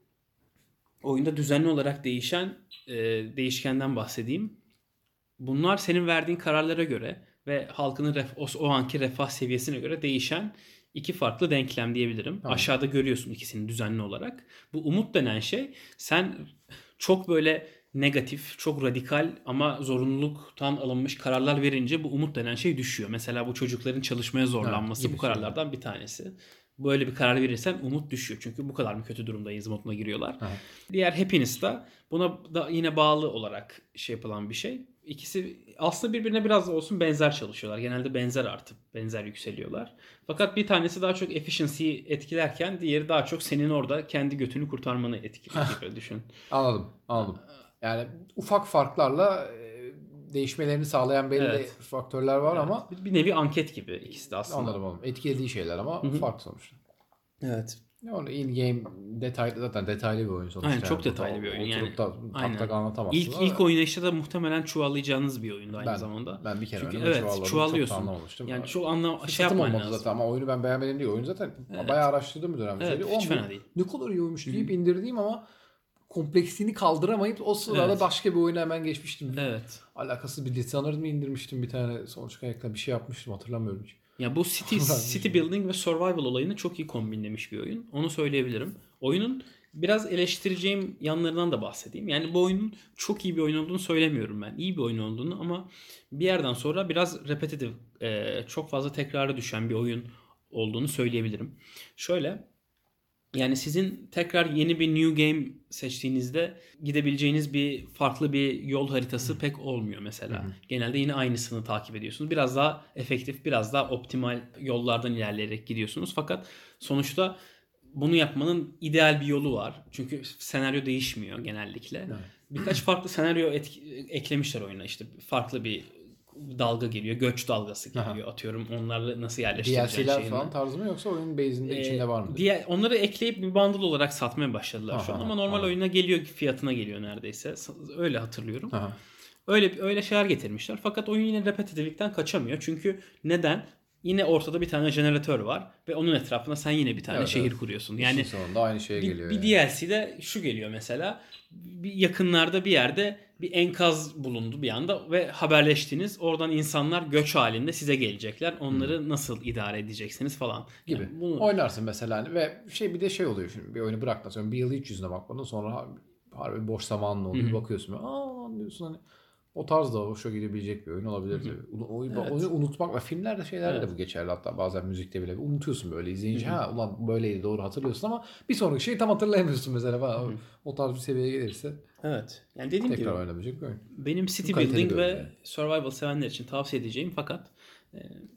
oyunda düzenli olarak değişen e, değişkenden bahsedeyim. Bunlar senin verdiğin kararlara göre ve halkının ref, o, o anki refah seviyesine göre değişen iki farklı denklem diyebilirim. Tamam. Aşağıda görüyorsun ikisini düzenli olarak. Bu umut denen şey sen çok böyle negatif, çok radikal ama zorunluluktan alınmış kararlar verince bu umut denen şey düşüyor. Mesela bu çocukların çalışmaya zorlanması gibi bu kararlardan bir tanesi. Böyle bir karar verirsen umut düşüyor. Çünkü bu kadar mı kötü durumdayız moduna giriyorlar. Aha. Diğer Happiness da buna da yine bağlı olarak şey yapılan bir şey. İkisi aslında birbirine biraz da olsun benzer çalışıyorlar. Genelde benzer artıp benzer yükseliyorlar. Fakat bir tanesi daha çok efficiency'yi etkilerken diğeri daha çok senin orada kendi götünü kurtarmanı etkiliyor gibi düşün. Anladım. Anladım. Yani ufak farklarla e, değişmelerini sağlayan belli Evet. faktörler var Evet. ama Bir nevi anket gibi ikisi de aslında. anladım oğlum. Etkilediği şeyler ama hı. farklı sonuçta. Evet. Yani in-game detaylı zaten detaylı bir oyun sonuçta. Aynen, çok Yani detaylı burada bir oyun. oturup Yani da aynen. tak tak anlatamazsın. İlk ama ilk oynayışta da muhtemelen çuvallayacağınız bir oyundu aynı ben, zamanda. Ben bir kere Çünkü oynadım, evet, çuvalladım. çuvallıyorsun. Çok da anlamamıştım. Yani çok anlam şey Fırsatım yapman olmadı lazım. zaten ama oyunu ben beğenmedim diye. Oyun zaten Evet. bayağı araştırdığım bir dönem. Evet, Söyledi. hiç "Oğlum fena bu değil." Ne kadar iyi oymuş deyip indirdiğim ama kompleksliğini kaldıramayıp o sırada Evet. başka bir oyuna hemen geçmiştim. Evet. Alakasız bir Dishonored mı indirmiştim bir tane sonuç kaynakla bir şey yapmıştım hatırlamıyorum hiç. Ya bu city city building ve survival olayını çok iyi kombinlemiş bir oyun. Onu söyleyebilirim. Oyunun biraz eleştireceğim yanlarından da bahsedeyim. Yani bu oyunun çok iyi bir oyun olduğunu söylemiyorum ben. İyi bir oyun olduğunu ama bir yerden sonra biraz repetitif, e, çok fazla tekrara düşen bir oyun olduğunu söyleyebilirim. Şöyle, yani sizin tekrar yeni bir new game seçtiğinizde gidebileceğiniz bir farklı bir yol haritası pek olmuyor mesela. Hı-hı. Genelde yine aynısını takip ediyorsunuz. Biraz daha efektif, biraz daha optimal yollardan ilerleyerek gidiyorsunuz. Fakat sonuçta bunu yapmanın ideal bir yolu var. Çünkü senaryo değişmiyor genellikle. Evet. Birkaç farklı senaryo etki- eklemişler oyuna. İşte farklı bir dalga geliyor. Göç dalgası geliyor. Aha. Atıyorum onlarla nasıl D L yerleştireceksin C'ler şeyini. falan tarzı mı yoksa oyunun base'inde Ee, içinde var mı? Diğer, onları ekleyip bir bundle olarak satmaya başladılar Aha, şu an. aha, Ama normal aha. oyuna geliyor, fiyatına geliyor neredeyse. Öyle hatırlıyorum. Aha. Öyle öyle şeyler getirmişler. Fakat oyun yine repetitiflikten kaçamıyor. Çünkü neden? Yine ortada bir tane jeneratör var ve onun etrafına sen yine bir tane Evet, şehir evet. kuruyorsun. Yani Yani sonunda aynı şeye bir, geliyor. bir yani. D L C'de şu geliyor mesela. Bir yakınlarda bir yerde bir enkaz bulundu bir anda ve haberleştiniz. Oradan insanlar göç halinde size gelecekler. Onları nasıl idare edeceksiniz falan. Gibi. Yani bunu Oynarsın mesela hani ve şey bir de şey oluyor şimdi bir oyunu bırak atıyorum bir yıl hiç yüzüne bakmadın sonra harbi, harbi boş zamanın oluyor Hı hı. bakıyorsun aa diyorsun hani o tarzda hoşa gidebilecek bir oyun olabilir. Tabii. O, o, Evet. Oyunu unutmak ve filmlerde şeylerde Evet. de bu geçerli hatta bazen müzikte bile unutuyorsun böyle izleyince ha ulan böyleydi doğru hatırlıyorsun ama bir sonraki şeyi tam hatırlayamıyorsun mesela falan. O tarz bir seviyeye gelirse Evet. Yani dediğim tekrar gibi oynayabilecek bir oyun. benim city Kaliteli building bir ve oyun yani. survival sevenler için tavsiye edeceğim fakat e,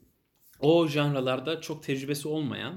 o janralarda çok tecrübesi olmayan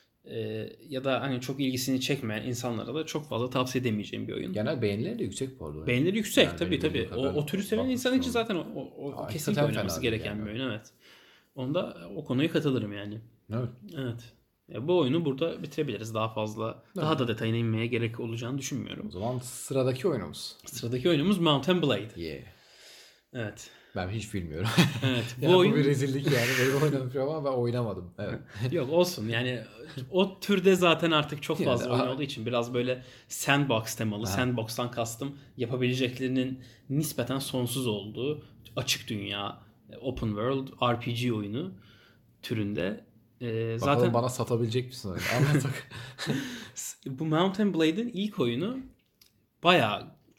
e, ya da hani çok ilgisini çekmeyen insanlara da çok fazla tavsiye edemeyeceğim bir oyun. Genel beğenileri de yüksek bu arada. Beğenileri yüksek Yani tabii benim tabii. bildiğim O, kadarıyla o türü seven insan için bakmıştım. zaten o, o, o Hakikaten kesinlikle fena oynaması değil gereken yani. bir oyun evet. Onda o konuya katılırım yani. Evet. Evet. Ya bu oyunu burada bitirebiliriz. Daha fazla, daha da detayına inmeye gerek olacağını düşünmüyorum. O zaman sıradaki oyunumuz. Sıradaki oyunumuz Mount and Blade. Yeah. Evet. Ben hiç bilmiyorum. Evet. Bu yani oyun bu bir rezillik yani. Benim oynamışım ama ben oynamadım. Evet. yok olsun yani o türde zaten artık çok fazla Yani, oyun aha. olduğu için biraz böyle sandbox temalı. Aha. Sandbox'tan kastım yapabileceklerinin nispeten sonsuz olduğu açık dünya, open world R P G oyunu türünde. Ee, Bakalım zaten bana satabilecek misin oyunu? Anlat bak. bu Mount and Blade'in ilk oyunu bayağı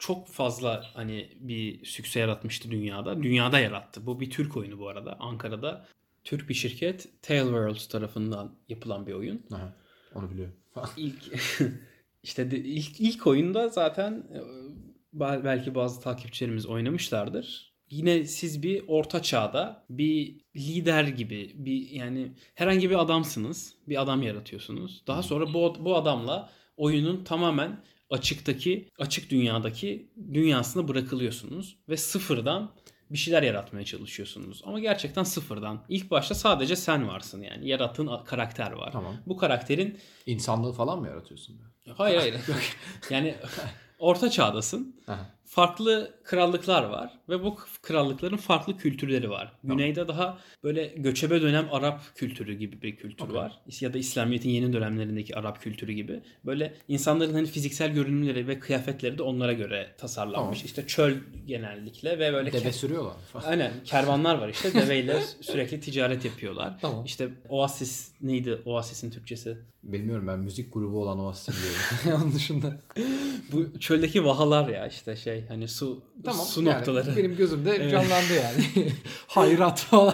çok fazla hani bir sükse yaratmıştı dünyada. Dünyada yarattı. Bu bir Türk oyunu bu arada. Ankara'da Türk bir şirket Tale Worlds tarafından yapılan bir oyun. Aha, onu biliyorum. İlk işte de, ilk ilk oyunda zaten belki bazı takipçilerimiz oynamışlardır. Yine siz bir orta çağda bir lider gibi bir yani herhangi bir adamsınız. Bir adam yaratıyorsunuz. Daha sonra bu bu adamla oyunun tamamen açıktaki açık dünyadaki dünyasına bırakılıyorsunuz ve sıfırdan bir şeyler yaratmaya çalışıyorsunuz. Ama gerçekten sıfırdan. İlk başta sadece sen varsın yani. Yarattığın karakter var. Tamam. Bu karakterin İnsanlığı falan mı yaratıyorsun? hayır hayır. Yani orta çağdasın. Aha. Farklı krallıklar var ve bu krallıkların farklı kültürleri var. Tamam. Güneyde daha böyle göçebe dönem Arap kültürü gibi bir kültür Okay. var. Ya da İslamiyet'in yeni dönemlerindeki Arap kültürü gibi. Böyle insanların hani fiziksel görünümleri ve kıyafetleri de onlara göre tasarlanmış. Tamam. İşte çöl genellikle ve böyle Deve ke- sürüyorlar falan. Aynen kervanlar var işte deveyle sürekli ticaret yapıyorlar. Tamam. İşte Oasis neydi Oasis'in Türkçesi? Bilmiyorum, ben müzik grubu olan Oasis biliyorum. Onun dışında. Bu çöldeki vahalar ya işte şey hani su Tamam. su yani noktaları. benim gözümde Evet. canlandı yani. Hayrat falan.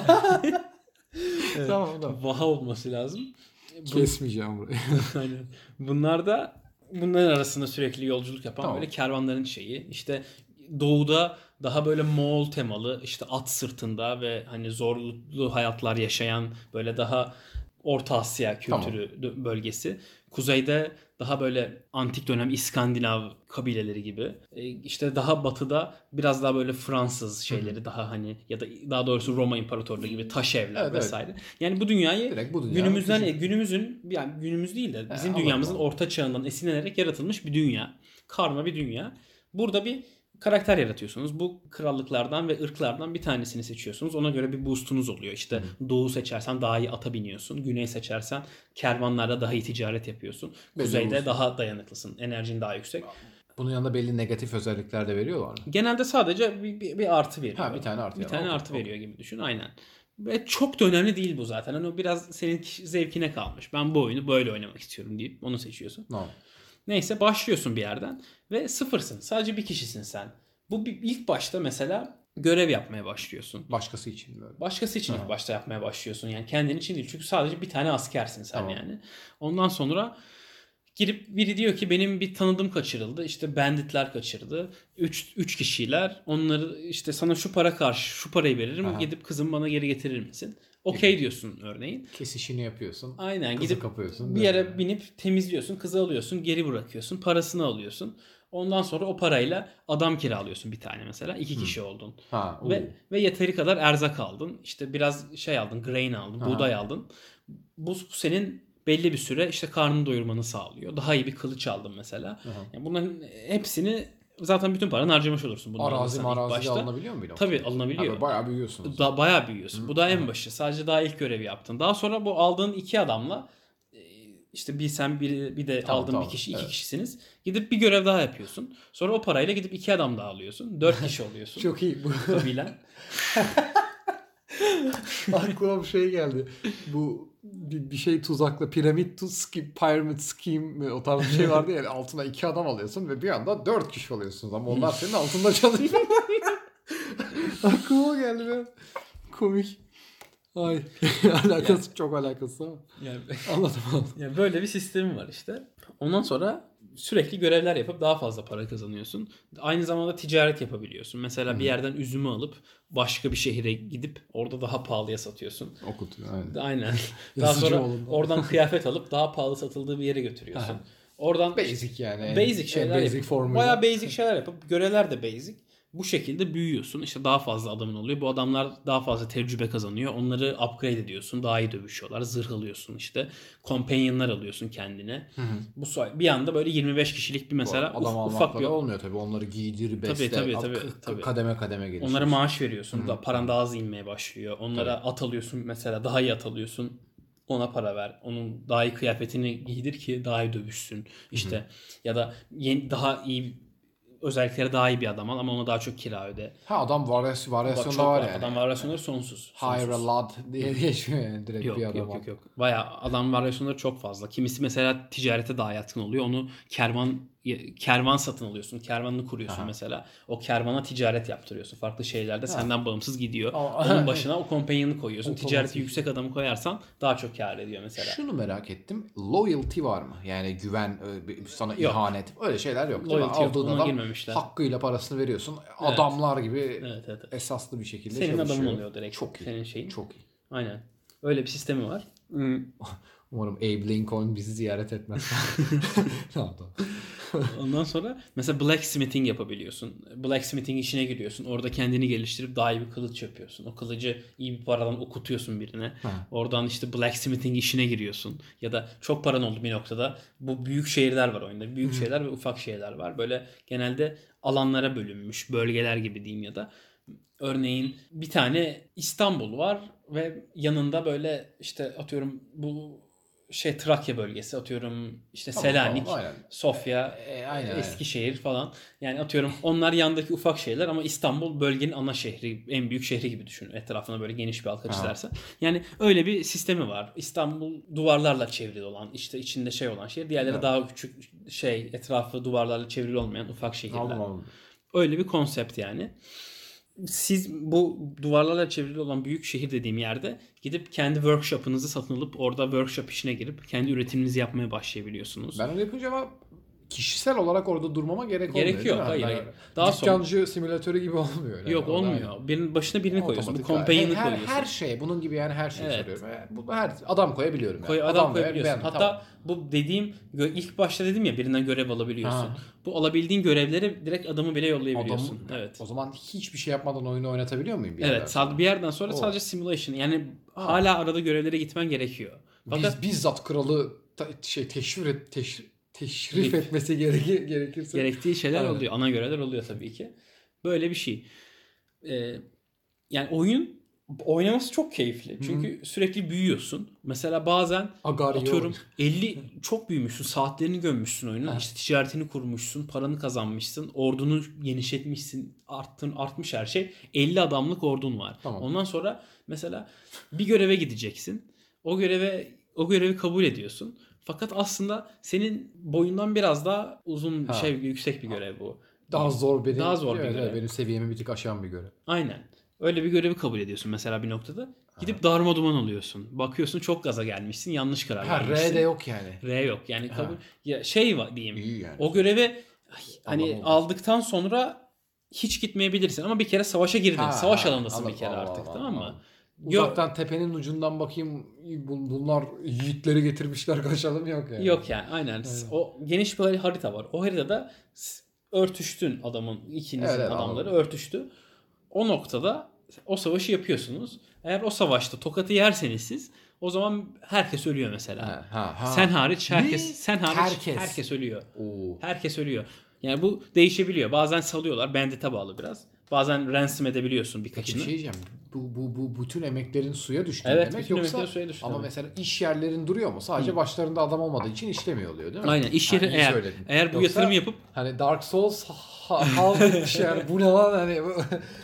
Evet. Tamam tamam. Vaha olması lazım. Bu- Kesmeyeceğim burayı. Aynen. Bunlar da bunların arasında sürekli yolculuk yapan Tamam. böyle kervanların şeyi. İşte doğuda daha böyle Moğol temalı işte at sırtında ve hani zorlu hayatlar yaşayan böyle daha Orta Asya kültürü dö- bölgesi. Kuzeyde daha böyle antik dönem İskandinav kabileleri gibi. E, işte daha batıda biraz daha böyle Fransız şeyleri daha hani ya da daha doğrusu Roma İmparatorluğu gibi taş evler Evet, evet. vesaire. Yani bu dünyayı Direkt bu dünya. günümüzden Küçük. günümüzün yani günümüz değil de bizim anladım, dünyamızın anladım. orta çağından esinlenerek yaratılmış bir dünya. Karma bir dünya. Burada bir karakter yaratıyorsunuz. Bu krallıklardan ve ırklardan bir tanesini seçiyorsunuz. Ona göre bir boostunuz oluyor. İşte doğu seçersen daha iyi ata biniyorsun. Güney seçersen kervanlarda daha iyi ticaret yapıyorsun. Belli Kuzeyde boostun. daha dayanıklısın. Enerjin daha yüksek. Bunun yanında belli negatif özellikler de veriyorlar mı? Genelde sadece bir, bir, bir artı veriyor. Ha, bir tane artı Bir yani. tane Okey, artı okey. veriyor gibi düşün. Aynen. Ve çok da önemli değil bu zaten. Hani o biraz senin kişi- zevkine kalmış. Ben bu oyunu böyle oynamak istiyorum deyip onu seçiyorsun. No. Neyse başlıyorsun bir yerden ve sıfırsın. Sadece bir kişisin sen. Bu bir, ilk başta mesela görev yapmaya başlıyorsun. Başkası için böyle. Başkası için ilk Aha. başta yapmaya başlıyorsun. Yani kendin için değil. Çünkü sadece bir tane askersin sen Tamam. yani. Ondan sonra girip biri diyor ki benim bir tanıdığım kaçırıldı. İşte banditler kaçırdı. Üç, üç kişiler. Onları işte sana şu para karşı şu parayı veririm. Aha. Gidip kızım bana geri getirir misin? Okey diyorsun örneğin. Kesişini yapıyorsun. Aynen Kızı gidip kapıyorsun. bir böyle. yere binip temizliyorsun. Kızı alıyorsun. Geri bırakıyorsun. Parasını alıyorsun. Ondan sonra o parayla adam kiralıyorsun bir tane mesela. İki kişi oldun. Ha, oo. Ve ve yeteri kadar erzak aldın. İşte biraz şey aldın, grain aldın, Aha. buğday aldın. Bu senin belli bir süre işte karnını doyurmanı sağlıyor. Daha iyi bir kılıç aldın mesela. Aha. Yani bunların hepsini zaten bütün paranı harcamış olursun. Bunları Arazi alırsan ilk marazi de başta. alınabiliyor mu bir Tabii noktada? alınabiliyor. Ha, bayağı büyüyorsunuz. Da, bayağı büyüyorsun. Hı. Bu daha en Aha. başı. Sadece daha ilk görevi yaptın. Daha sonra bu aldığın iki adamla e, işte bir sen bir, bir de Tamam, aldığın tamam. bir kişi iki Evet. kişisiniz. Gidip bir görev daha yapıyorsun. Sonra o parayla gidip iki adam daha alıyorsun. Dört kişi oluyorsun. Çok iyi. Bu Kabilen. aklıma bir şey geldi. Bu bir, bir şey tuzakla piramit to scheme, pyramid scheme mi, o tarz bir şey vardı ya. Yani altına iki adam alıyorsun ve bir anda dört kişi oluyorsunuz ama onlar senin altında çalışıyor. Aklıma geldi be. Komik. Ay. alakası çok alakası ama. Yani, Anladım anladım. yani böyle bir sistemi var işte. Ondan sonra sürekli görevler yapıp daha fazla para kazanıyorsun. Aynı zamanda ticaret yapabiliyorsun. Mesela Hı. bir yerden üzümü alıp başka bir şehire gidip orada daha pahalıya satıyorsun. Okutuyor aynen. Aynen. Daha Yazıcı sonra oğlum. oradan kıyafet alıp daha pahalı satıldığı bir yere götürüyorsun. Aha. Oradan Basic yani. basic En şeyler basic yapıp, formülü. bayağı basic şeyler yapıp görevler de basic. Bu şekilde büyüyorsun. İşte daha fazla adamın oluyor. Bu adamlar daha fazla tecrübe kazanıyor. Onları upgrade ediyorsun. Daha iyi dövüşüyorlar. Zırh alıyorsun işte. Companion'lar alıyorsun kendine. Hı hı. Bu so- bir anda böyle yirmi beş kişilik bir mesela adam uf- almakla ufak bir da olmuyor tabii. Onları giydir, besle, tabii, at- tabii, k- tabii. kademe kademe gelişiyor. onlara maaş veriyorsun. Hı. Da paran daha az inmeye başlıyor. Onlara at alıyorsun mesela. Daha iyi at alıyorsun. Ona para ver. Onun daha iyi kıyafetini giydir ki daha iyi dövüşsün. İşte ya da yeni, daha iyi özellikleri daha iyi bir adam al ama ona daha çok kira öde. Ha, adam varyasyon, Bak varyasyon çok da var var. yani. Adam varyasyonları sonsuz. Hire Sonsuz. a lot diye geçmiyor yani direkt Yok bir yok adam. yok yok. Bayağı adam varyasyonları çok fazla. Kimisi mesela ticarete daha yatkın oluyor. Onu kervan kervan satın alıyorsun. Kervanını kuruyorsun Aha. mesela. O kervana ticaret yaptırıyorsun. Farklı şeylerde Ha. senden bağımsız gidiyor. Aa, Onun başına o companion'ı koyuyorsun. Otomatik. Ticareti yüksek adamı koyarsan daha çok kâr ediyor mesela. Şunu merak ettim. Loyalty var mı? Yani güven, e, sana Yok. ihanet. Öyle şeyler yok. Değil mi? Loyalty yok. Aldığın Ona adam girmemişler. hakkıyla parasını veriyorsun. Evet. Adamlar gibi Evet, evet, evet. esaslı bir şekilde Senin çalışıyor. adamın oluyor direkt. Çok iyi. Senin şeyin. Çok iyi. Aynen. Öyle bir sistemi var. Umarım Abe Lincoln bizi ziyaret etmez. Tamam tamam. Ondan sonra mesela blacksmithing yapabiliyorsun. Blacksmithing işine giriyorsun. Orada kendini geliştirip daha iyi bir kılıç yapıyorsun. O kılıcı iyi bir paradan okutuyorsun birine. Ha. Oradan işte blacksmithing işine giriyorsun. Ya da çok paran oldu bir noktada. Bu büyük şehirler var oyunda. Büyük Hı. şehirler ve ufak şehirler var. Böyle genelde alanlara bölünmüş. Bölgeler gibi diyeyim ya da. Örneğin bir tane İstanbul var ve yanında böyle işte atıyorum bu şey Trakya bölgesi, atıyorum işte Tamam, Selanik, tamam, aynen. Sofya, E, aynen, Eskişehir falan. Yani atıyorum onlar yandaki ufak şehirler ama İstanbul bölgenin ana şehri, en büyük şehri gibi düşün. Etrafına böyle geniş bir halka çizersen. Yani öyle bir sistemi var. İstanbul duvarlarla çevrili olan, işte içinde şey olan şehir. Diğerleri Evet. daha küçük şey, etrafı duvarlarla çevrili olmayan ufak şehirler. Aldım aldım. Öyle bir konsept yani. Siz bu duvarlarla çevrili olan büyük şehir dediğim yerde gidip kendi workshop'ınızı satın alıp orada workshop işine girip kendi üretiminizi yapmaya başlayabiliyorsunuz. Ben öyle yapınca ama kişisel olarak orada durmama gerek, Gerek olmuyor. yok, değil mi? hayır, Ben- hayır. Daha Dükkancı simülatörü gibi olmuyor. Yani. Yok Orada olmuyor. Birinin başına birini koyuyorsun. Bu otomatik companion'ı her, koyuyorsun. Her şey bunun gibi yani her şeyi Evet. soruyorum. Yani bu her adam koyabiliyorum. Yani. Koy, adam, ver, koyabiliyorsun. ben- Hatta tamam. bu dediğim gö- ilk başta dedim ya birinden görev alabiliyorsun. Ha. Bu alabildiğin görevleri direkt adamı bile yollayabiliyorsun. Adamı- Evet. O zaman hiçbir şey yapmadan oyunu oynatabiliyor muyum bir yerden Evet, sonra? sad- bir yerden sonra O. sadece simulation. Yani Ha. hala arada görevlere gitmen gerekiyor. Fakat Biz, bizzat kralı ta- şey teşvir et, teş- teşrif Teşrif. etmesi gerekir, gerekirse. gerektiği şeyler Aynen. oluyor. Ana görevler oluyor tabii ki. Böyle bir şey. Ee, yani oyun oynaması çok keyifli. Çünkü sürekli büyüyorsun. Mesela bazen Agaryo. atıyorum elli çok büyümüşsün. Saatlerini gömmüşsün oyuna. Ha. İşte ticaretini kurmuşsun. Paranı kazanmışsın. Ordunu genişletmişsin. Arttın, artmış her şey. elli adamlık ordun var. Tamam. Ondan sonra mesela bir göreve gideceksin. O göreve o görevi kabul ediyorsun. Fakat aslında senin boyundan biraz daha uzun Ha. şey yüksek bir görev bu. Daha zor benim. Daha zor bir evet, görev. evet, benim seviyemi bir tık aşan bir görev. Aynen. Öyle bir görevi kabul ediyorsun mesela bir noktada. Gidip darma duman oluyorsun. Bakıyorsun çok gaza gelmişsin. Yanlış karar Ha vermişsin. R de yok yani. R yok. Yani Ha. kabul ya şey var diyeyim. İyi yani. O görevi ay, hani Anlamadım. aldıktan sonra hiç gitmeyebilirsin ama bir kere savaşa girdin. Ha, Savaş ha, alanındasın anladım, bir kere anladım, artık, anladım, tamam mı? anladım. Yo- Uzaktan tepenin ucundan bakayım bu- bunlar yiğitleri getirmişler kaçalım yok yani. Yok yani aynen. O geniş bir harita var. O haritada s- örtüştün adamın ikinizin Evet, evet, adamları anladım. örtüştü. O noktada o savaşı yapıyorsunuz. Eğer o savaşta tokatı yerseniz siz o zaman herkes ölüyor mesela. Ha, ha, ha. Sen hariç herkes Ne? sen hariç Herkes. herkes, ölüyor. Oo. Herkes ölüyor. Yani bu değişebiliyor. Bazen salıyorlar. Bandit'e bağlı biraz. Bazen ransom edebiliyorsun Peki bir birkaçını. şey diyeceğim. Bu, bu, bu bütün emeklerin suya düştüğü Evet, demek bütün yoksa emeklerin suya düştüğü ama demek. mesela iş yerlerin duruyor mu? Sadece başlarında adam olmadığı için işlemiyor oluyor değil mi? Aynen. İş yeri Ha, iyi eğer söyledin. eğer bu Yoksa yatırımı yapıp hani Dark Souls ha- hal etmiş yani. Bu ne lan hani bu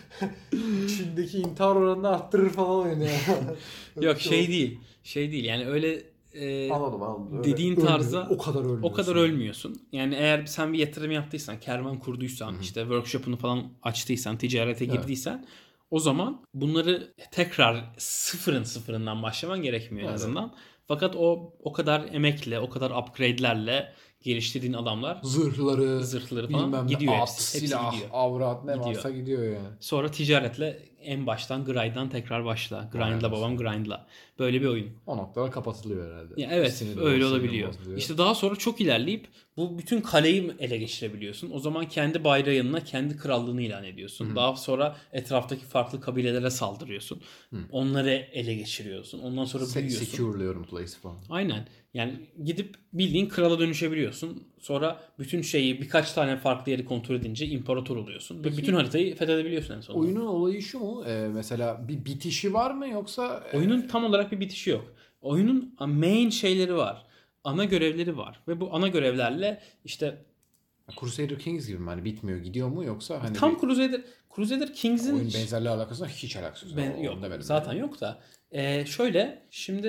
Çin'deki intihar oranını arttırır falan oyunu ya. yok şey değil. Şey değil. Yani öyle e, Anladım anladım. Öyle dediğin ölmüyor. tarzda o kadar ölmüyorsun. o kadar ölmüyorsun. Yani eğer sen bir yatırım yaptıysan, kervan kurduysan, işte workshop'unu falan açtıysan, ticarete Evet. girdiysen o zaman bunları tekrar sıfırın sıfırından başlaman gerekmiyor en Evet. azından. Fakat o o kadar emekle, o kadar upgrade'lerle geliştirdiğin adamlar Zırhları, zırhları falan bilmem ne, gidiyor at, hepsi. Hepsi silah, gidiyor. avrat ne Gidiyor. varsa gidiyor yani. Sonra ticaretle en baştan grind'dan tekrar başla. Grind'la Aynen. babam grind'la. Böyle bir oyun. O noktalar kapatılıyor herhalde. Ya evet Sinir öyle bozuyor, olabiliyor. sinir bozuyor. İşte daha sonra çok ilerleyip bu bütün kaleyi ele geçirebiliyorsun. O zaman kendi bayrağı yanına kendi krallığını ilan ediyorsun. Daha sonra etraftaki farklı kabilelere saldırıyorsun. Onları ele geçiriyorsun. Ondan sonra Se- büyüyorsun. Secure'lıyorum place falan. Aynen. Yani gidip bildiğin krala dönüşebiliyorsun. Sonra bütün şeyi birkaç tane farklı yeri kontrol edince imparator oluyorsun. Ve bütün haritayı fethedebiliyorsun en sonunda. Oyunun olayı şu mu? Ee, mesela bir bitişi var mı yoksa e, Oyunun tam olarak bir bitişi yok. Oyunun main şeyleri var. Ana görevleri var. Ve bu ana görevlerle işte Crusader Kings gibi mi? Hani bitmiyor gidiyor mu yoksa hani tam bir Crusader Crusader Kings'in oyun benzerliği alakası var? Hiç alakası yok. ben, Onu yok. demedim Zaten yani. yok da. Ee, şöyle şimdi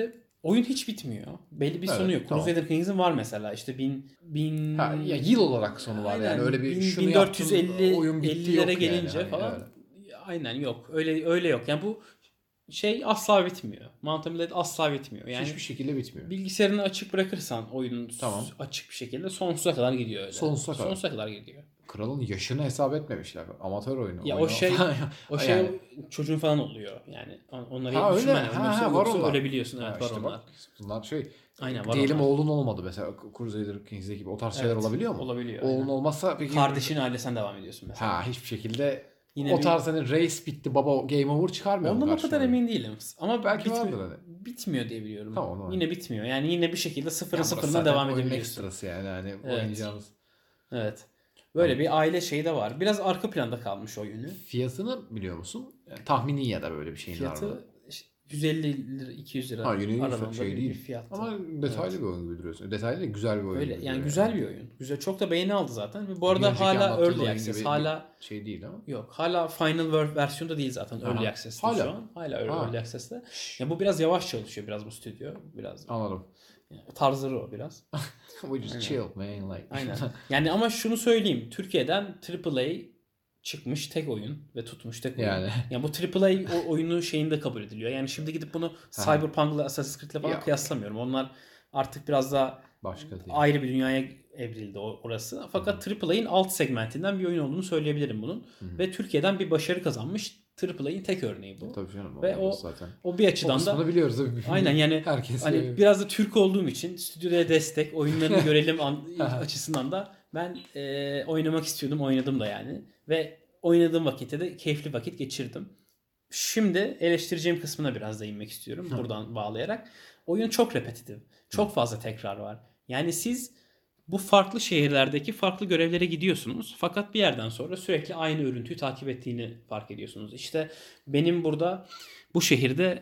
oyun hiç bitmiyor. Belli bir Evet, sonu yok. tamam. Crusader Kings'in var mesela işte bin bin Ha, ya yıl olarak sonu var Aynen. yani öyle bir bin- şunu bin dört yüz elli yaptın, oyun bitti ellilere yok gelince yani. Hani falan öyle. aynen yok. Öyle öyle yok. Yani bu şey asla bitmiyor. Mount and Blade asla bitmiyor. Yani Hiçbir şekilde bitmiyor. bilgisayarını açık bırakırsan oyunun Tamam. açık bir şekilde sonsuza kadar gidiyor öyle. Sonsuza kadar. Sonsuza kadar gidiyor. Kralın yaşını hesap etmemişler. Amatör oyunu. Ya oyunu o şey o şey yani. çocuğun falan oluyor yani. Onları Ha, öyle. düşünmen Ha, yoksa, ha, var yoksa onlar. ölebiliyorsun. Evet Ha, var işte onlar. bak, bunlar şey. Aynen var Diyelim onlar. oğlun olmadı mesela Crusader Kings'deki gibi o tarz şeyler Evet, olabiliyor mu? olabiliyor, Oğlun aynen. olmazsa peki Kardeşin ailesinden devam ediyorsun mesela. ha hiçbir şekilde Yine o bir- tarz hani race bitti baba game over çıkarmıyor mu Ondan o kadar karşına? emin değilim. Ama Belki bitmi- vardır hani. bitmiyor diye biliyorum. Tamam, tamam. Yine bitmiyor. Yani yine bir şekilde sıfırın Ya burası sıfırına zaten devam oyunun edebiliyorsun. ekstrası yani hani Evet. oynayacağımız. Evet. Böyle bir aile şeyi de var. Biraz arka planda kalmış oyunu. Fiyatını biliyor musun? Yani tahmini ya da böyle bir şeyin var mı? Fiyatı işte yüz elli lira iki yüz lira Ha yine aralığında şey bir, değil. bir fiyattı. Ama detaylı Evet. bir oyun gibi duruyorsun. Detaylı değil, güzel bir oyun Öyle gibi yani duruyor güzel bir oyun. Güzel, çok da beğeni aldı zaten. Ve bu Bir arada önceki hala anlattığın early oyun access. gibi Hala bir şey değil ama. yok. Hala final ver- versiyonda değil zaten. Early Aha. access'te Hala. şu an. Hala early, Ha. early access'te. Ya bu biraz yavaş çalışıyor biraz bu stüdyo. Biraz Anladım. yani tarzları o biraz. We just chill man like. Aynen. Yani ama şunu söyleyeyim. Türkiye'den triple A çıkmış tek oyun ve tutmuş tek oyun. Yani. Yani bu triple A o oyunu şeyinde kabul ediliyor. Yani şimdi gidip bunu Cyberpunk'la Assassin's Creed'le falan Ya. kıyaslamıyorum. Onlar artık biraz daha Başka değil. ayrı bir dünyaya evrildi orası. Fakat triple A'in alt segmentinden bir oyun olduğunu söyleyebilirim bunun. Hı-hı. Ve Türkiye'den bir başarı kazanmış triple A'in tek örneği bu. Tabii canım. Ve o zaten. o bir açıdan O da biliyoruz. aynen yani Herkes hani seviyor. biraz da Türk olduğum için stüdyoya destek, oyunlarını görelim an- açısından da ben e, oynamak istiyordum, oynadım da yani. Ve oynadığım vakitte de keyifli vakit geçirdim. Şimdi eleştireceğim kısmına biraz da inmek istiyorum buradan bağlayarak. Oyun çok repetitif. Çok fazla tekrar var. Yani siz bu farklı şehirlerdeki farklı görevlere gidiyorsunuz. Fakat bir yerden sonra sürekli aynı örüntüyü takip ettiğini fark ediyorsunuz. İşte benim burada bu şehirde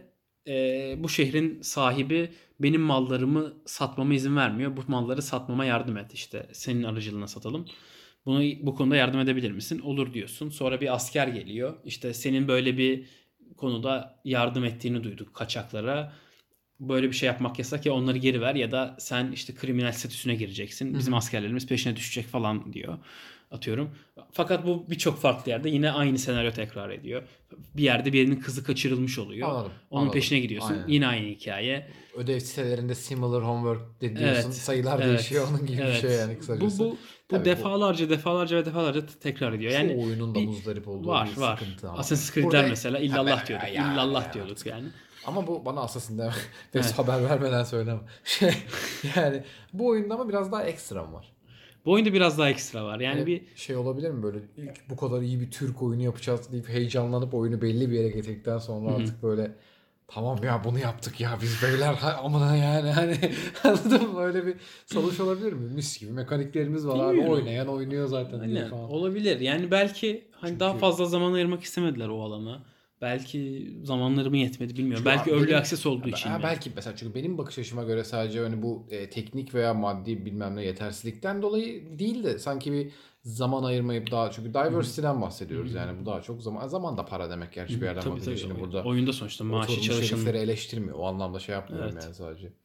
e, bu şehrin sahibi benim mallarımı satmama izin vermiyor. Bu malları satmama yardım et. İşte senin aracılığına satalım. Bunu bu konuda yardım edebilir misin? Olur diyorsun. Sonra bir asker geliyor. İşte senin böyle bir konuda yardım ettiğini duyduk kaçaklara. Böyle bir şey yapmak yasak ya onları geri ver ya da sen işte kriminal statüsüne gireceksin. Bizim askerlerimiz peşine düşecek falan diyor. Atıyorum. Fakat bu birçok farklı yerde yine aynı senaryo tekrar ediyor. Bir yerde birinin kızı kaçırılmış oluyor. Anladım, Onun anladım. peşine gidiyorsun. Aynen. Yine aynı hikaye. Ödev sitelerinde similar homework de diyorsun. Evet. Sayılar Evet. değişiyor. Onun gibi Evet. bir şey yani kısacası. Bu bu bu Tabii defalarca defalarca ve defalarca tekrar ediyor. Yani Çoğu oyunun da bir- muzdarip olduğu var bir var. sıkıntı ama. Assassin's Creed'ler Burada- mesela Ha, illallah ben- diyorduk. ya, illallah ya, diyorduk yani. Ama bu bana Assassin deme. Ve Evet. haber vermeden söyleme. Şey, yani bu oyunda ama biraz daha ekstram var. Bu oyunda biraz daha ekstra var. Yani Hani bir şey olabilir mi böyle ilk bu kadar iyi bir Türk oyunu yapacağız deyip heyecanlanıp oyunu belli bir yere getirdikten sonra artık böyle tamam ya bunu yaptık ya biz beyler ha, amına yani hani anladın mı? Öyle bir sonuç olabilir mi? Mis gibi mekaniklerimiz var abi Bilmiyorum. oynayan oynuyor zaten diye aynen falan. olabilir. Yani belki hani Çünkü- daha fazla zaman ayırmak istemediler o alana. Belki zamanları mı yetmedi bilmiyorum. Çünkü belki abi early benim- access olduğu Ha, için. ha, mi? belki mesela çünkü benim bakış açıma göre sadece hani bu e, teknik veya maddi bilmem ne yetersizlikten dolayı değil de sanki bir zaman ayırmayıp daha çünkü diversity'den bahsediyoruz yani bu daha çok zaman zaman da para demek gerçi bir yerden Tabii, bakınca tabii. şimdi Oyun- burada Oyunda sonuçta maaşı oturmuş çalışan. herifleri eleştirmiyor o anlamda şey yapmıyorum Evet. yani sadece.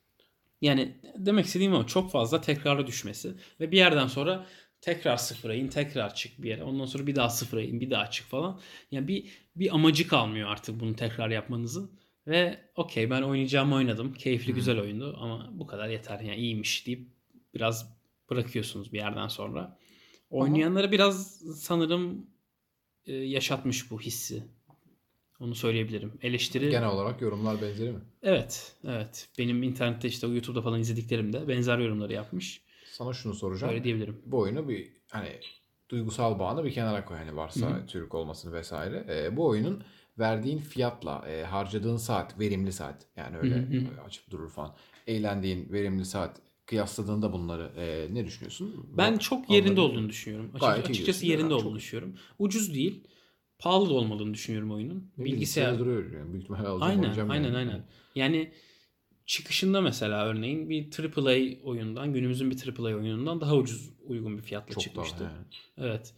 Yani demek istediğim o çok fazla tekrara düşmesi ve bir yerden sonra tekrar sıfıra in, tekrar çık bir yere. Ondan sonra bir daha sıfıra in, bir daha çık falan. Yani bir bir amacı kalmıyor artık bunu tekrar yapmanızın. Ve okey ben oynayacağımı oynadım. Keyifli güzel oyundu ama bu kadar yeter yani iyiymiş deyip biraz bırakıyorsunuz bir yerden sonra. Oynayanlara biraz sanırım e, yaşatmış bu hissi. Onu söyleyebilirim. Eleştiri Genel olarak yorumlar benzeri mi? evet, evet. Benim internette işte YouTube'da falan izlediklerimde benzer yorumları yapmış. Sana şunu soracağım. Öyle diyebilirim. Bu oyunu bir hani duygusal bağını bir kenara koy hani varsa Türk olmasını vesaire. E, bu oyunun verdiğin fiyatla e, harcadığın saat verimli saat yani öyle e, açıp durur falan. Eğlendiğin verimli saat kıyasladığında bunları e, ne düşünüyorsun? Ben Bu- çok yerinde anladın mı? olduğunu düşünüyorum. Açık, Gayet iyi açıkçası diyorsun, yerinde değil mi? olduğunu Çok- düşünüyorum. Ucuz değil. Pahalı da olmadığını düşünüyorum oyunun. Ne Bilgisayar. bilgisayar duruyor yani. Büyük ihtimalle alacağım Aynen, oynayacağım aynen, yani. aynen. Yani çıkışında mesela örneğin bir triple A oyundan, günümüzün bir triple A oyunundan daha ucuz uygun bir fiyatla Çok çıkmıştı. daha yani. Evet.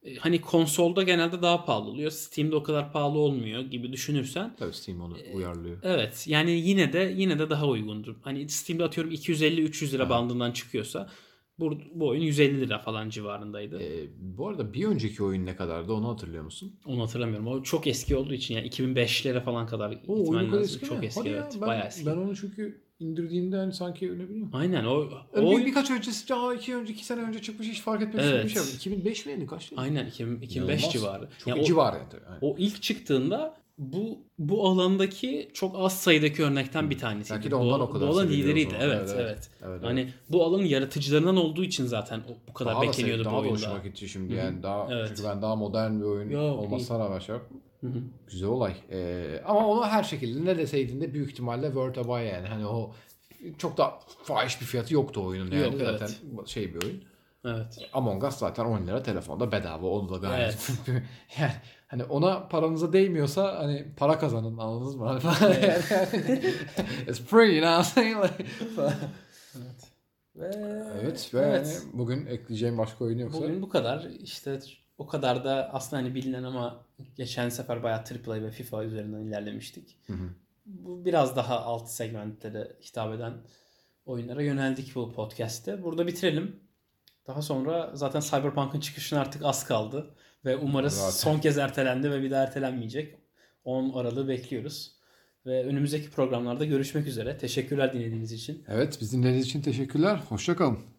hani konsolda genelde daha pahalı oluyor. Steam'de o kadar pahalı olmuyor gibi düşünürsen. Tabii Steam onu uyarlıyor. Evet. Yani yine de yine de daha uygundur. Hani Steam'de atıyorum iki yüz elli üç yüz lira evet. bandından çıkıyorsa bu, bu oyun yüz elli lira falan civarındaydı. Ee, bu arada bir önceki oyun ne kadardı onu hatırlıyor musun? Onu hatırlamıyorum. O çok eski olduğu için yani iki bin beşlere falan kadar gitmen lazım. Eski çok mi? eski. Evet. Ben, bayağı eski. Ben onu çünkü indirdiğimde hani sanki öyle bileyim. Aynen o, o yani oyun... bir, birkaç öncesi daha iki önce iki sene önce çıkmış hiç fark etmez. Evet. Şey. iki bin beş miydi kaç? Aynen iki bin, iki bin beş civarı. Çok yani civarı yani. Aynen. O ilk çıktığında bu bu alandaki çok az sayıdaki örnekten bir tanesiydi. Belki de ondan bu, o kadar bu alan lideriydi. Evet, evet, evet. evet. evet. Hani evet. bu alanın yaratıcılarından olduğu için zaten bu kadar daha bekleniyordu da, bu oyunda. Daha da hoşuma gitti şimdi Hı-hı. yani daha evet. çünkü ben daha modern bir oyun Yok, olmasına rağmen şey güzel olay. Ee, ama onu her şekilde ne deseydin de büyük ihtimalle World of Buy yani hani o çok da fahiş bir fiyatı yoktu oyunun yani Yok, zaten evet. şey bir oyun. Evet. Among Us zaten on lira telefonda bedava onu da gayet. Evet. yani hani ona paranıza değmiyorsa hani para kazanın anladınız mı? Evet. yani, it's free you know what I'm saying? evet. Ve evet ve evet. Yani bugün ekleyeceğim başka oyun yoksa. Bugün bu kadar. İşte o kadar da aslında hani bilinen ama geçen sefer bayağı Triple A ve FIFA üzerinden ilerlemiştik. Hı hı. Bu biraz daha alt segmentlere hitap eden oyunlara yöneldik bu podcast'te. Burada bitirelim. Daha sonra zaten Cyberpunk'ın çıkışına artık az kaldı. Ve umarız zaten son kez ertelendi ve bir daha ertelenmeyecek. on Aralık'ı bekliyoruz. Ve önümüzdeki programlarda görüşmek üzere. Teşekkürler dinlediğiniz için. Evet, biz dinlediğiniz için teşekkürler. Hoşça kalın.